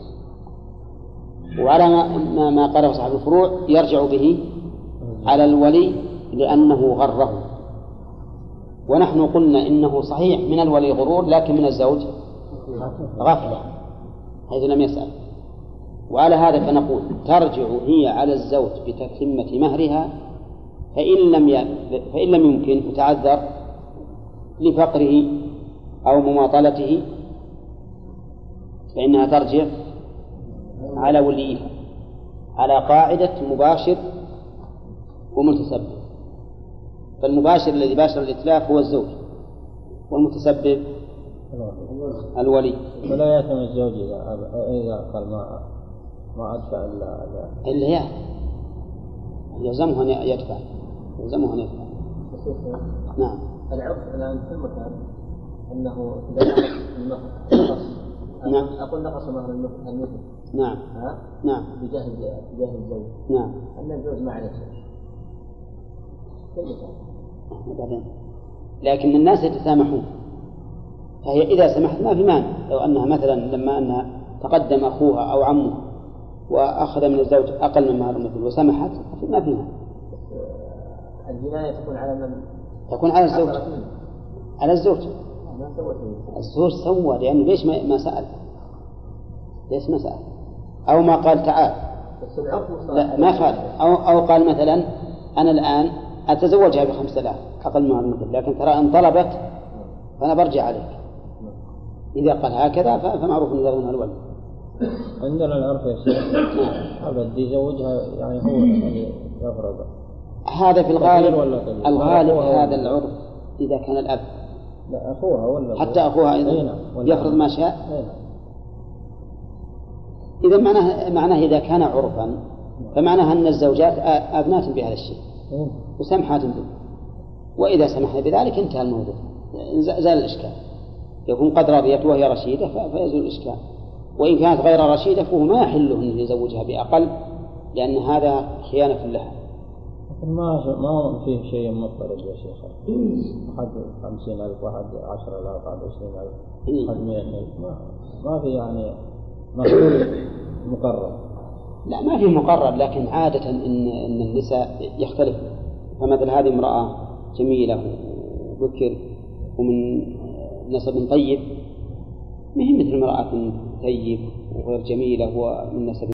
وعلى ما قاله صاحب الفروع يرجع به على الولي لأنه غره، ونحن قلنا إنه صحيح من الولي غرور لكن من الزوج غفلة حيث لم يسأل. وعلى هذا فنقول ترجع هي على الزوج بتتمة مهرها، فإن لم يمكن وتعذر لفقره أو مماطلته فإنها ترجع على وليها على قاعدة مباشر ومتسبب. فالمباشر الذي باشر الإتلاف هو الزوج، والمتسبب الولي. ولا يأثم الزوج إذا قال ما أدفع إلا يلزمه أن يدفع. نعم. العرف الآن في المكان أنه إذا نقص نعم. أقول نقص مهر المثل. نعم. نعم. بجاه الزوج. نعم. أن الزوج ما عليه بعدين. لكن الناس يتسامحون، فهي إذا سمحت ما في مانع. لو أنها مثلا لما أنها تقدم أخوها أو عمه وأخذ من الزوج أقل من مهر المثل وسمحت ما في مانع. الجناية تكون على من؟ تكون على الزوج. على الزوج. الزوج سوى لأنه ليش ما سأل؟ ليش ما سأل؟ أو ما قال تعال. لا ما قال. أو قال مثلا أنا الآن أتزوجها ب5,000 أقل مهر المثل، لكن ترى إن طلبت فأنا برجع عليك. إذا قال هكذا فمعروف أن يضمنها الولي. عندنا العرف يا شيخ أبد يزوجها يعني هو يعني يفرض. هذا في الغالب الغالب هذا العرف إذا كان الأب. لا أخوها ولا حتى أخوها أيضا يفرض ما شاء. إذا معناه إذا كان عرفا فمعناه أن الزوجات أذنات بهذا الشيء وسمحات به، وإذا سمحنا بذلك انتهى الموضوع، زال الإشكال. يكون قد رضيت وهي رشيدة فيزول الإشكال، وإن كانت غير رشيدة فهو ما يحله أن يزوجها بأقل، لأن هذا خيانة لها. ما فيه شيء مضطرب يا شيخ، واحد 50,000 واحد 10,000 واحد 20,000 واحد 100,000 ما في يعني مقرر مقرر. لا ما في مقرر، لكن عادة إن النساء يختلف. فمثل هذه امرأة جميلة وبكر ومن نسب طيب، مهم مثل امرأة طيب وغير جميلة ومن نسب